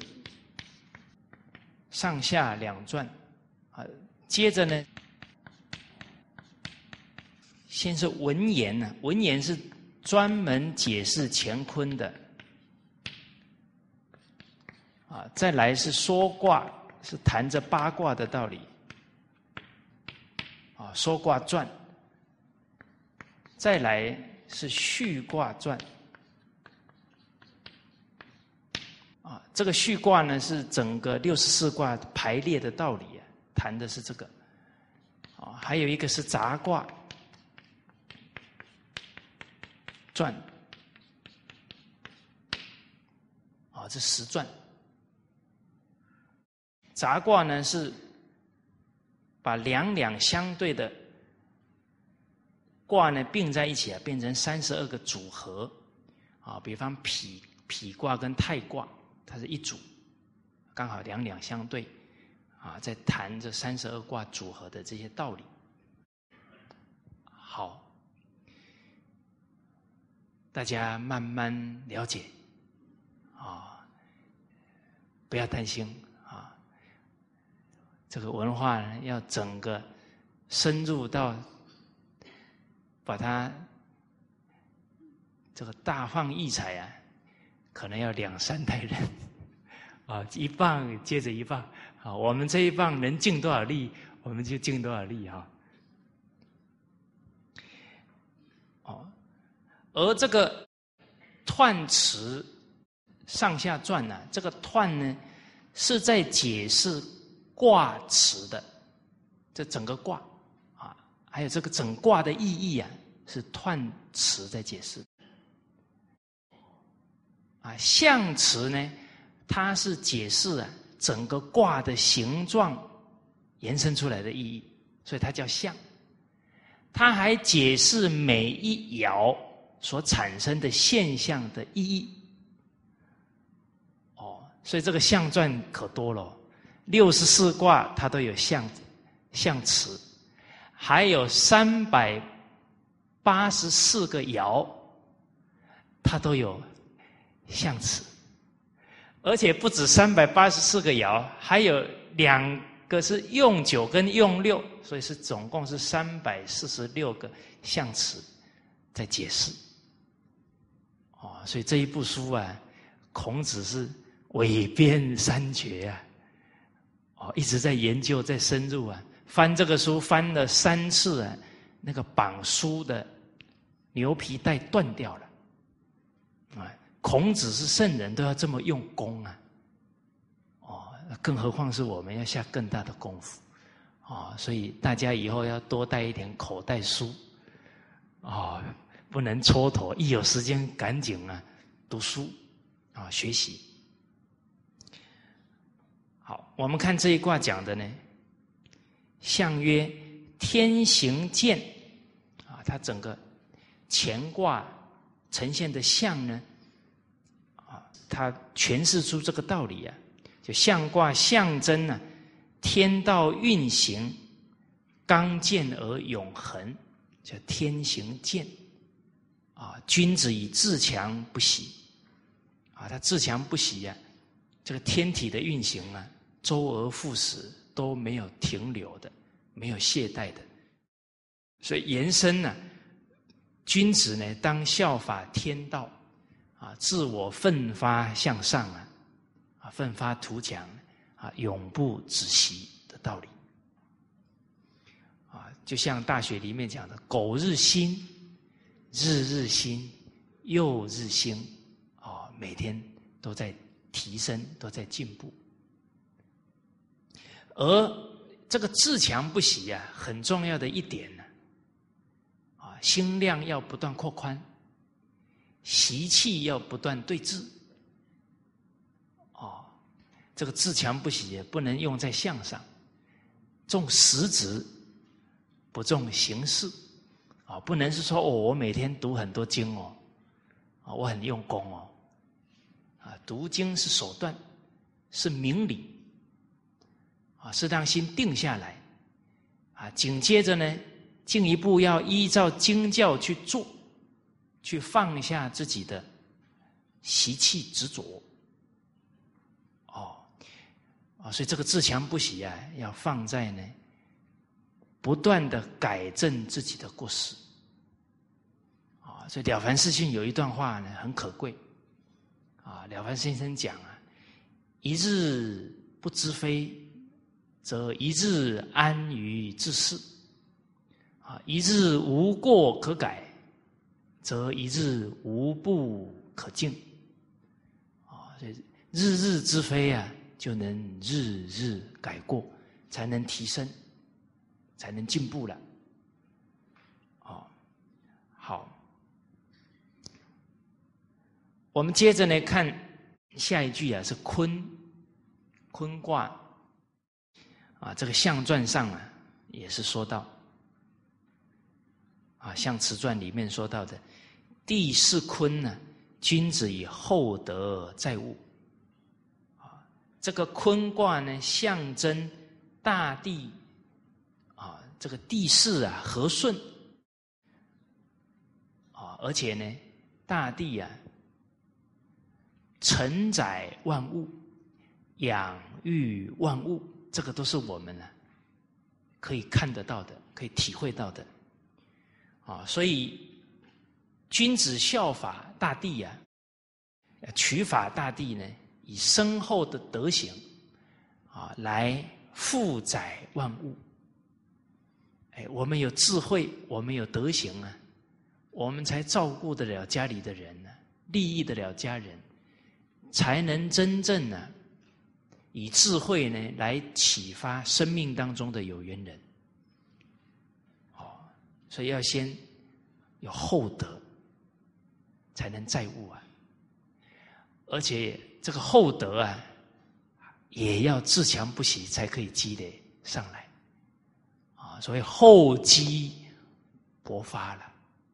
上下2传，啊，接着呢，先是文言呢，文言是专门解释乾坤的，啊，再来是说卦，是谈着八卦的道理，啊，说卦传，再来是序卦传。这个序卦呢，是整个64卦排列的道理啊，谈的是这个。还有一个是杂卦传，这10传。杂卦呢是把两两相对的卦呢并在一起啊，变成32个组合啊，比方否卦跟泰卦。它是一组，刚好两两相对，啊，在谈这32卦组合的这些道理。 好，大家慢慢了解啊，不要担心啊。这个文化呢，要整个深入到把它这个大放异彩啊，可能要2、3代人啊，一棒接着一棒啊，我们这一棒能尽多少力，我们就尽多少力哈。哦，而这个彖辞上下传呢，这个彖呢是在解释卦辞的，这整个卦啊，还有这个整卦的意义啊，是彖辞在解释。啊，象辞呢，它是解释啊整个卦的形状延伸出来的意义，所以它叫象。它还解释每一爻所产生的现象的意义。哦，所以这个象传可多了，64卦它都有象辞，还有384个爻，它都有象辞，而且不止384个爻，还有2个是用9跟用6，所以是总共是346个象辞在解释。哦，所以这一部书啊，孔子是韦编3绝啊，哦，一直在研究，在深入啊，翻这个书翻了3次啊，那个绑书的牛皮带断掉了啊。孔子是圣人，都要这么用功啊！哦，更何况是我们要下更大的功夫哦，所以大家以后要多带一点口袋书哦，不能蹉跎，一有时间赶紧啊读书啊学习。好，我们看这一卦讲的呢，象曰天行健啊，它整个乾卦呈现的象呢。它诠释出这个道理啊，就象卦象征呢，天道运行，刚健而永恒，叫天行健啊。君子以自强不息啊，他自强不息啊，这个天体的运行啊，周而复始，都没有停留的，没有懈怠的。所以延伸呢，君子呢，当效法天道。啊，自我奋发向上啊，奋发图强啊，永不止息的道理啊，就像大学里面讲的，苟日新，日日新，又日新啊，每天都在提升，都在进步。而这个自强不息啊，很重要的一点呢，啊，心量要不断扩宽。习气要不断对治，哦，这个自强不息也不能用在相上，重实质，不重形式，啊，不能是说哦，我每天读很多经哦，啊，我很用功哦，啊，读经是手段，是明理，啊，是让心定下来，啊，紧接着呢，进一步要依照经教去做。去放下自己的习气执着，哦，啊，所以这个自强不息啊，要放在呢，不断的改正自己的过失，啊，所以了凡四训有一段话呢，很可贵，啊，了凡先生讲啊，一日不知非，则一日安于自是，啊，一日无过可改。则一日无不可进啊，所以日日之非啊，就能日日改过，才能提升，才能进步了。哦，好，我们接着呢看下一句啊，是坤卦啊，这个象传上啊也是说到啊，象辞传里面说到的。地势坤呢，君子以厚德载物。啊，这个坤卦呢，象征大地啊，这个地势啊和顺而且呢，大地啊，承载万物，养育万物，这个都是我们可以看得到的，可以体会到的。所以君子效法大地啊，取法大地呢，以深厚的德行来负载万物。我们有智慧，我们有德行啊，我们才照顾得了家里的人利益得了家人，才能真正以智慧呢来启发生命当中的有缘人。所以要先有厚德，才能载物啊。而且这个厚德啊，也要自强不息，才可以积累上来。所谓厚积薄发了。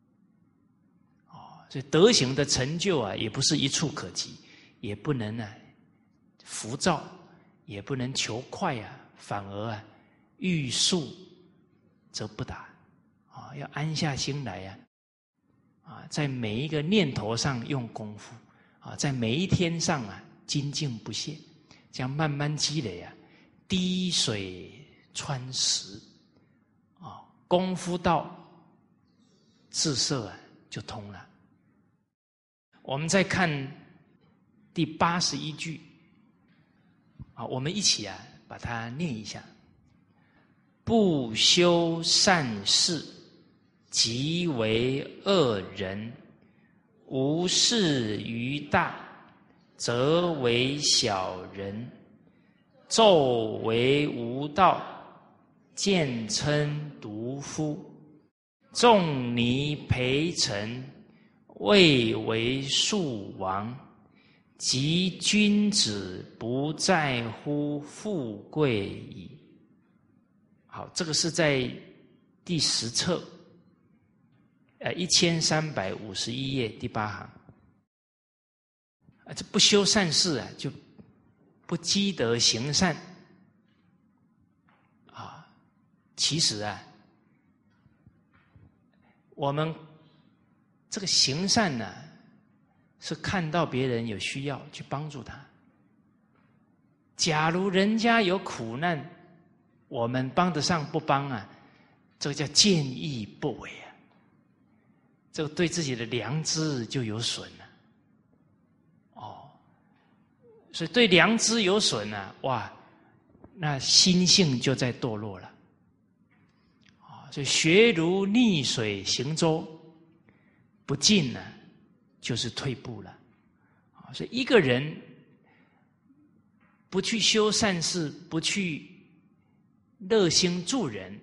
所以德行的成就啊，也不是一触可及，也不能浮躁，也不能求快啊，反而欲速则不达。要安下心来在每一个念头上用功夫在每一天上精进不懈，这样慢慢积累滴水穿石功夫到，智色就通了。我们再看第81句我们一起把它念一下：不修善事，即为恶人；无事于大，则为小人。昼为无道，见称独夫。仲尼陪臣，谓为庶王。即君子不在乎富贵矣。好，这个是在第10册1351页第8行。这不修善事就不积德行善其实我们这个行善是看到别人有需要去帮助他。假如人家有苦难，我们帮得上不帮这个叫见义不为这个对自己的良知就有损了。所以对良知有损哇，那心性就在堕落了。所以学如逆水行舟，不进就是退步了。所以一个人不去修善事，不去热心助人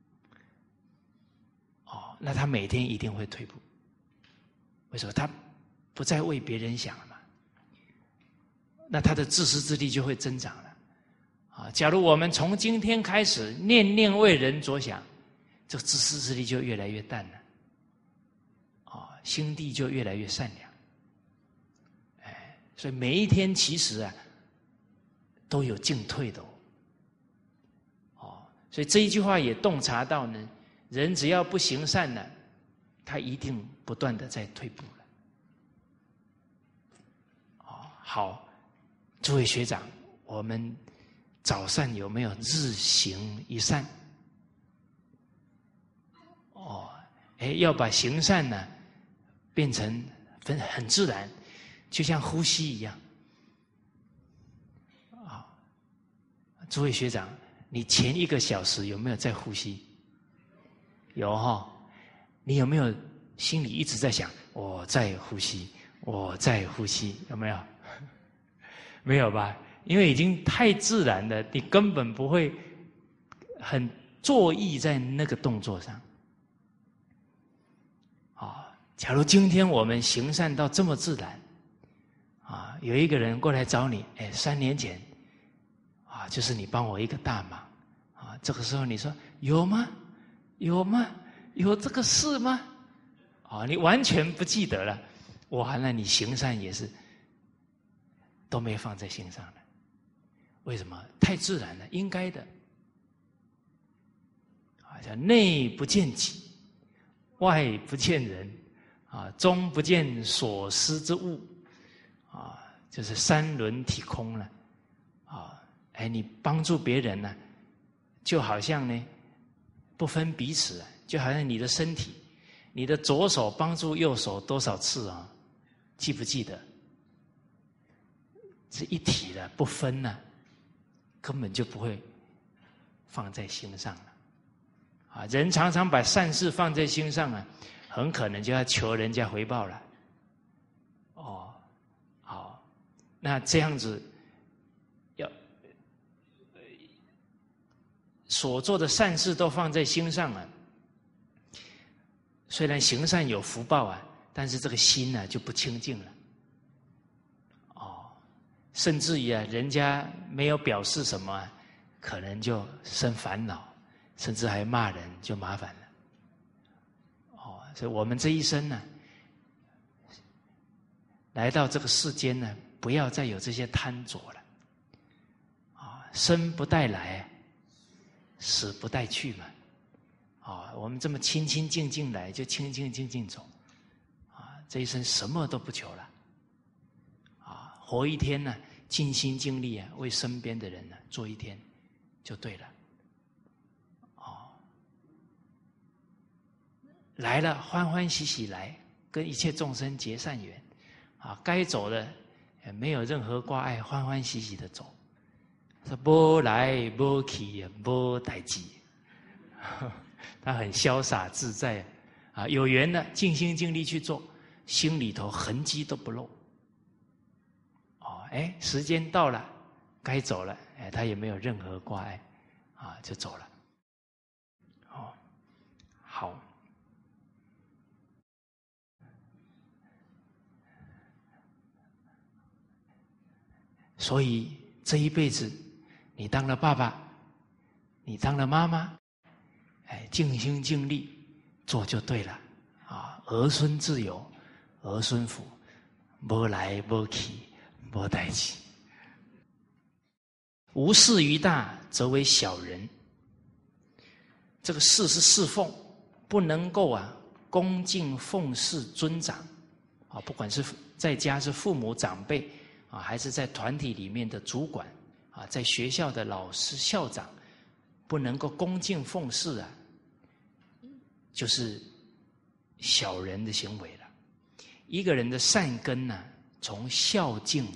那他每天一定会退步。为什么？他不再为别人想了嘛，那他的自私自利就会增长了。假如我们从今天开始念念为人着想，这个自私自利就越来越淡了，心地就越来越善良。所以每一天其实都有进退的所以这一句话也洞察到呢，人只要不行善他一定不断的在退步了。好，诸位学长，我们早上有没有日行一善？要把行善变成很自然，就像呼吸一样。诸位学长，你前1个小时有没有在呼吸？有你有没有心里一直在想我在呼吸，我在呼吸？有没有？没有吧？因为已经太自然了，你根本不会很坐意在那个动作上。假如今天我们行善到这么自然有一个人过来找你，3年前就是你帮我一个大忙这个时候你说有吗？有吗？有这个事吗？你完全不记得了。哇，那你行善也是都没放在心上了。为什么？太自然了，应该的。叫内不见己，外不见人终不见所思之物就是三轮体空了你帮助别人呢就好像呢不分彼此就好像你的身体，你的左手帮助右手多少次记不记得？是一体的，不分呢根本就不会放在心上了人常常把善事放在心上很可能就要求人家回报了好，那这样子要所做的善事都放在心上虽然行善有福报但是这个心就不清净了甚至于人家没有表示什么可能就生烦恼，甚至还骂人，就麻烦了所以我们这一生呢来到这个世间呢不要再有这些贪着了生不带来死不带去嘛我们这么清清净净来就清清净净走这一生什么都不求了活一天呢尽心尽力为身边的人呢做一天就对了来了欢欢喜喜来跟一切众生结善缘该走的也没有任何挂碍，欢欢喜喜的走说没来没去没代志他很潇洒自在有缘了尽心尽力去做，心里头痕迹都不露时间到了该走了他也没有任何挂碍就走了好所以这一辈子你当了爸爸你当了妈妈尽心尽力做就对了儿孙自有儿孙福，没来没去没代志，无事于大则为小人。这个事是侍奉，不能够恭敬奉事尊长不管是在家是父母长辈还是在团体里面的主管在学校的老师校长，不能够恭敬奉事就是小人的行为了。一个人的善根从孝敬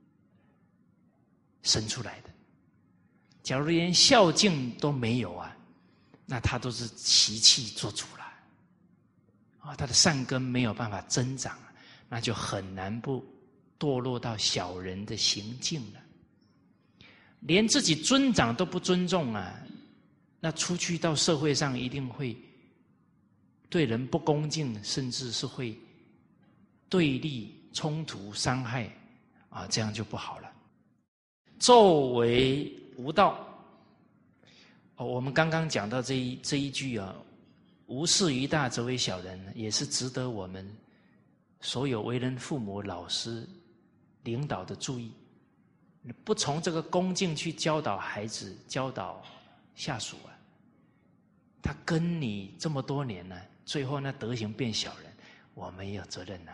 生出来的。假如连孝敬都没有那他都是习气做主了他的善根没有办法增长那就很难不堕落到小人的行径了。连自己尊长都不尊重那出去到社会上一定会对人不恭敬，甚至是会对立、冲突、伤害这样就不好了。昼为无道我们刚刚讲到这一句无事于大则为小人，也是值得我们所有为人父母、老师、领导的注意。不从这个恭敬去教导孩子、教导下属他跟你这么多年最后那德行变小人，我们也有责任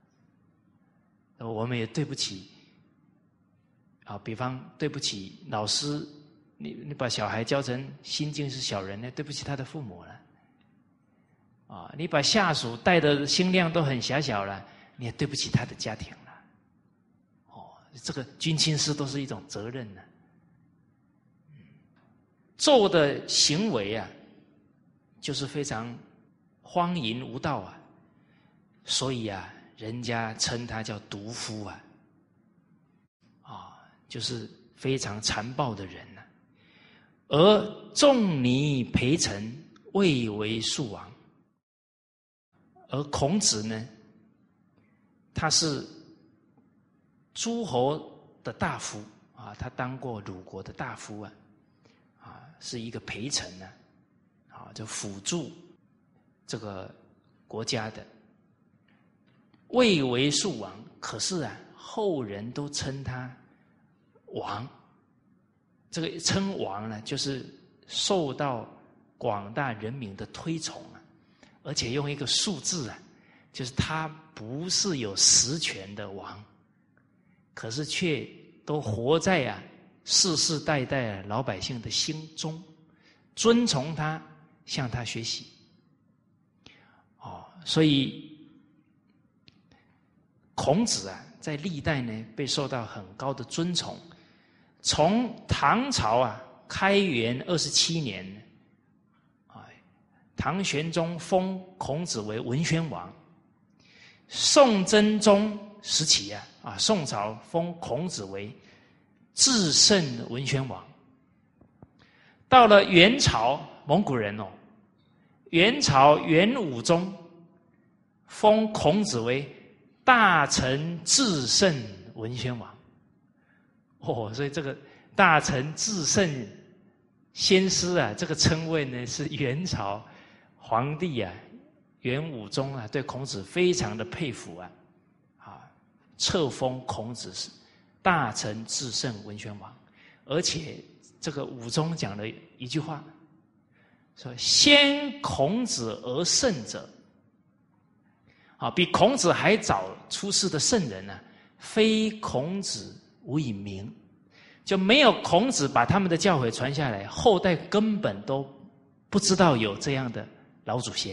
我们也对不起比方对不起老师，你把小孩教成心境是小人对不起他的父母了你把下属带的心量都很狭小了，你也对不起他的家庭了这个君亲师都是一种责任做的行为就是非常荒淫无道所以人家称他叫毒夫就是非常残暴的人而仲尼陪臣谓为庶王。而孔子呢，他是诸侯的大夫他当过鲁国的大夫是一个陪臣就辅助这个国家的。谓为庶王，可是后人都称他王。这个称王呢，就是受到广大人民的推崇而且用一个数字就是他不是有实权的王，可是却都活在世世代代老百姓的心中，尊崇他，向他学习。所以孔子在历代呢被受到很高的尊崇。从唐朝开元27年，唐玄宗封孔子为文宣王。宋真宗时期宋朝封孔子为至圣文宣王。到了元朝，蒙古人元朝元武宗封孔子为大成至圣文宣王。所以这个大成至圣先师这个称谓呢，是元朝皇帝元武宗对孔子非常的佩服册封孔子是大成至圣文宣王。而且这个武宗讲了一句话，说先孔子而圣者，比孔子还早出世的圣人非孔子无以名。就没有孔子把他们的教诲传下来，后代根本都不知道有这样的老祖先。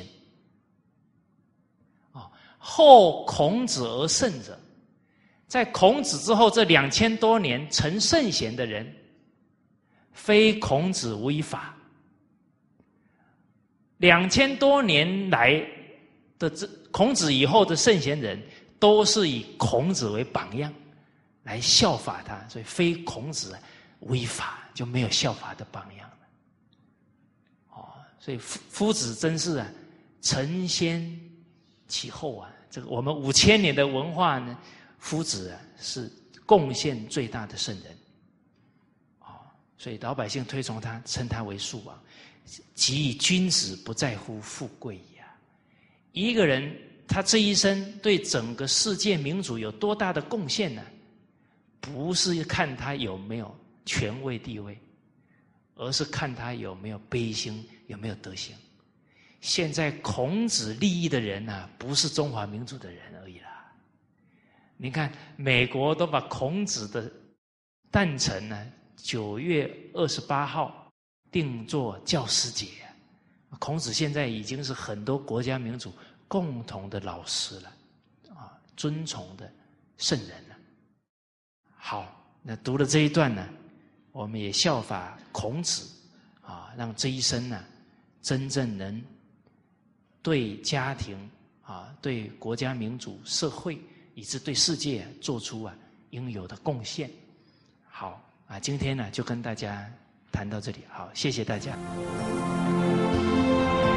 后孔子而圣者，在孔子之后这2000多年成圣贤的人，非孔子无以法。2000多年来的孔子以后的圣贤人，都是以孔子为榜样来效法他，所以非孔子无以法，就没有效法的榜样了。所以夫子真是承先启后这个我们5000年的文化呢，夫子是贡献最大的圣人。所以老百姓推崇他，称他为树王。即以君子不在乎富贵也。一个人他这一生对整个世界民主有多大的贡献呢？不是看他有没有权位地位，而是看他有没有悲心，有没有德行。现在孔子利益的人不是中华民族的人而已啦。你看美国都把孔子的诞辰9月28号定作教师节。孔子现在已经是很多国家民族共同的老师了，尊崇的圣人了。好，那读了这一段呢，我们也效法孔子让这一生真正能对家庭对国家民主社会以至对世界做出应有的贡献。好今天呢就跟大家谈到这里。好，谢谢大家。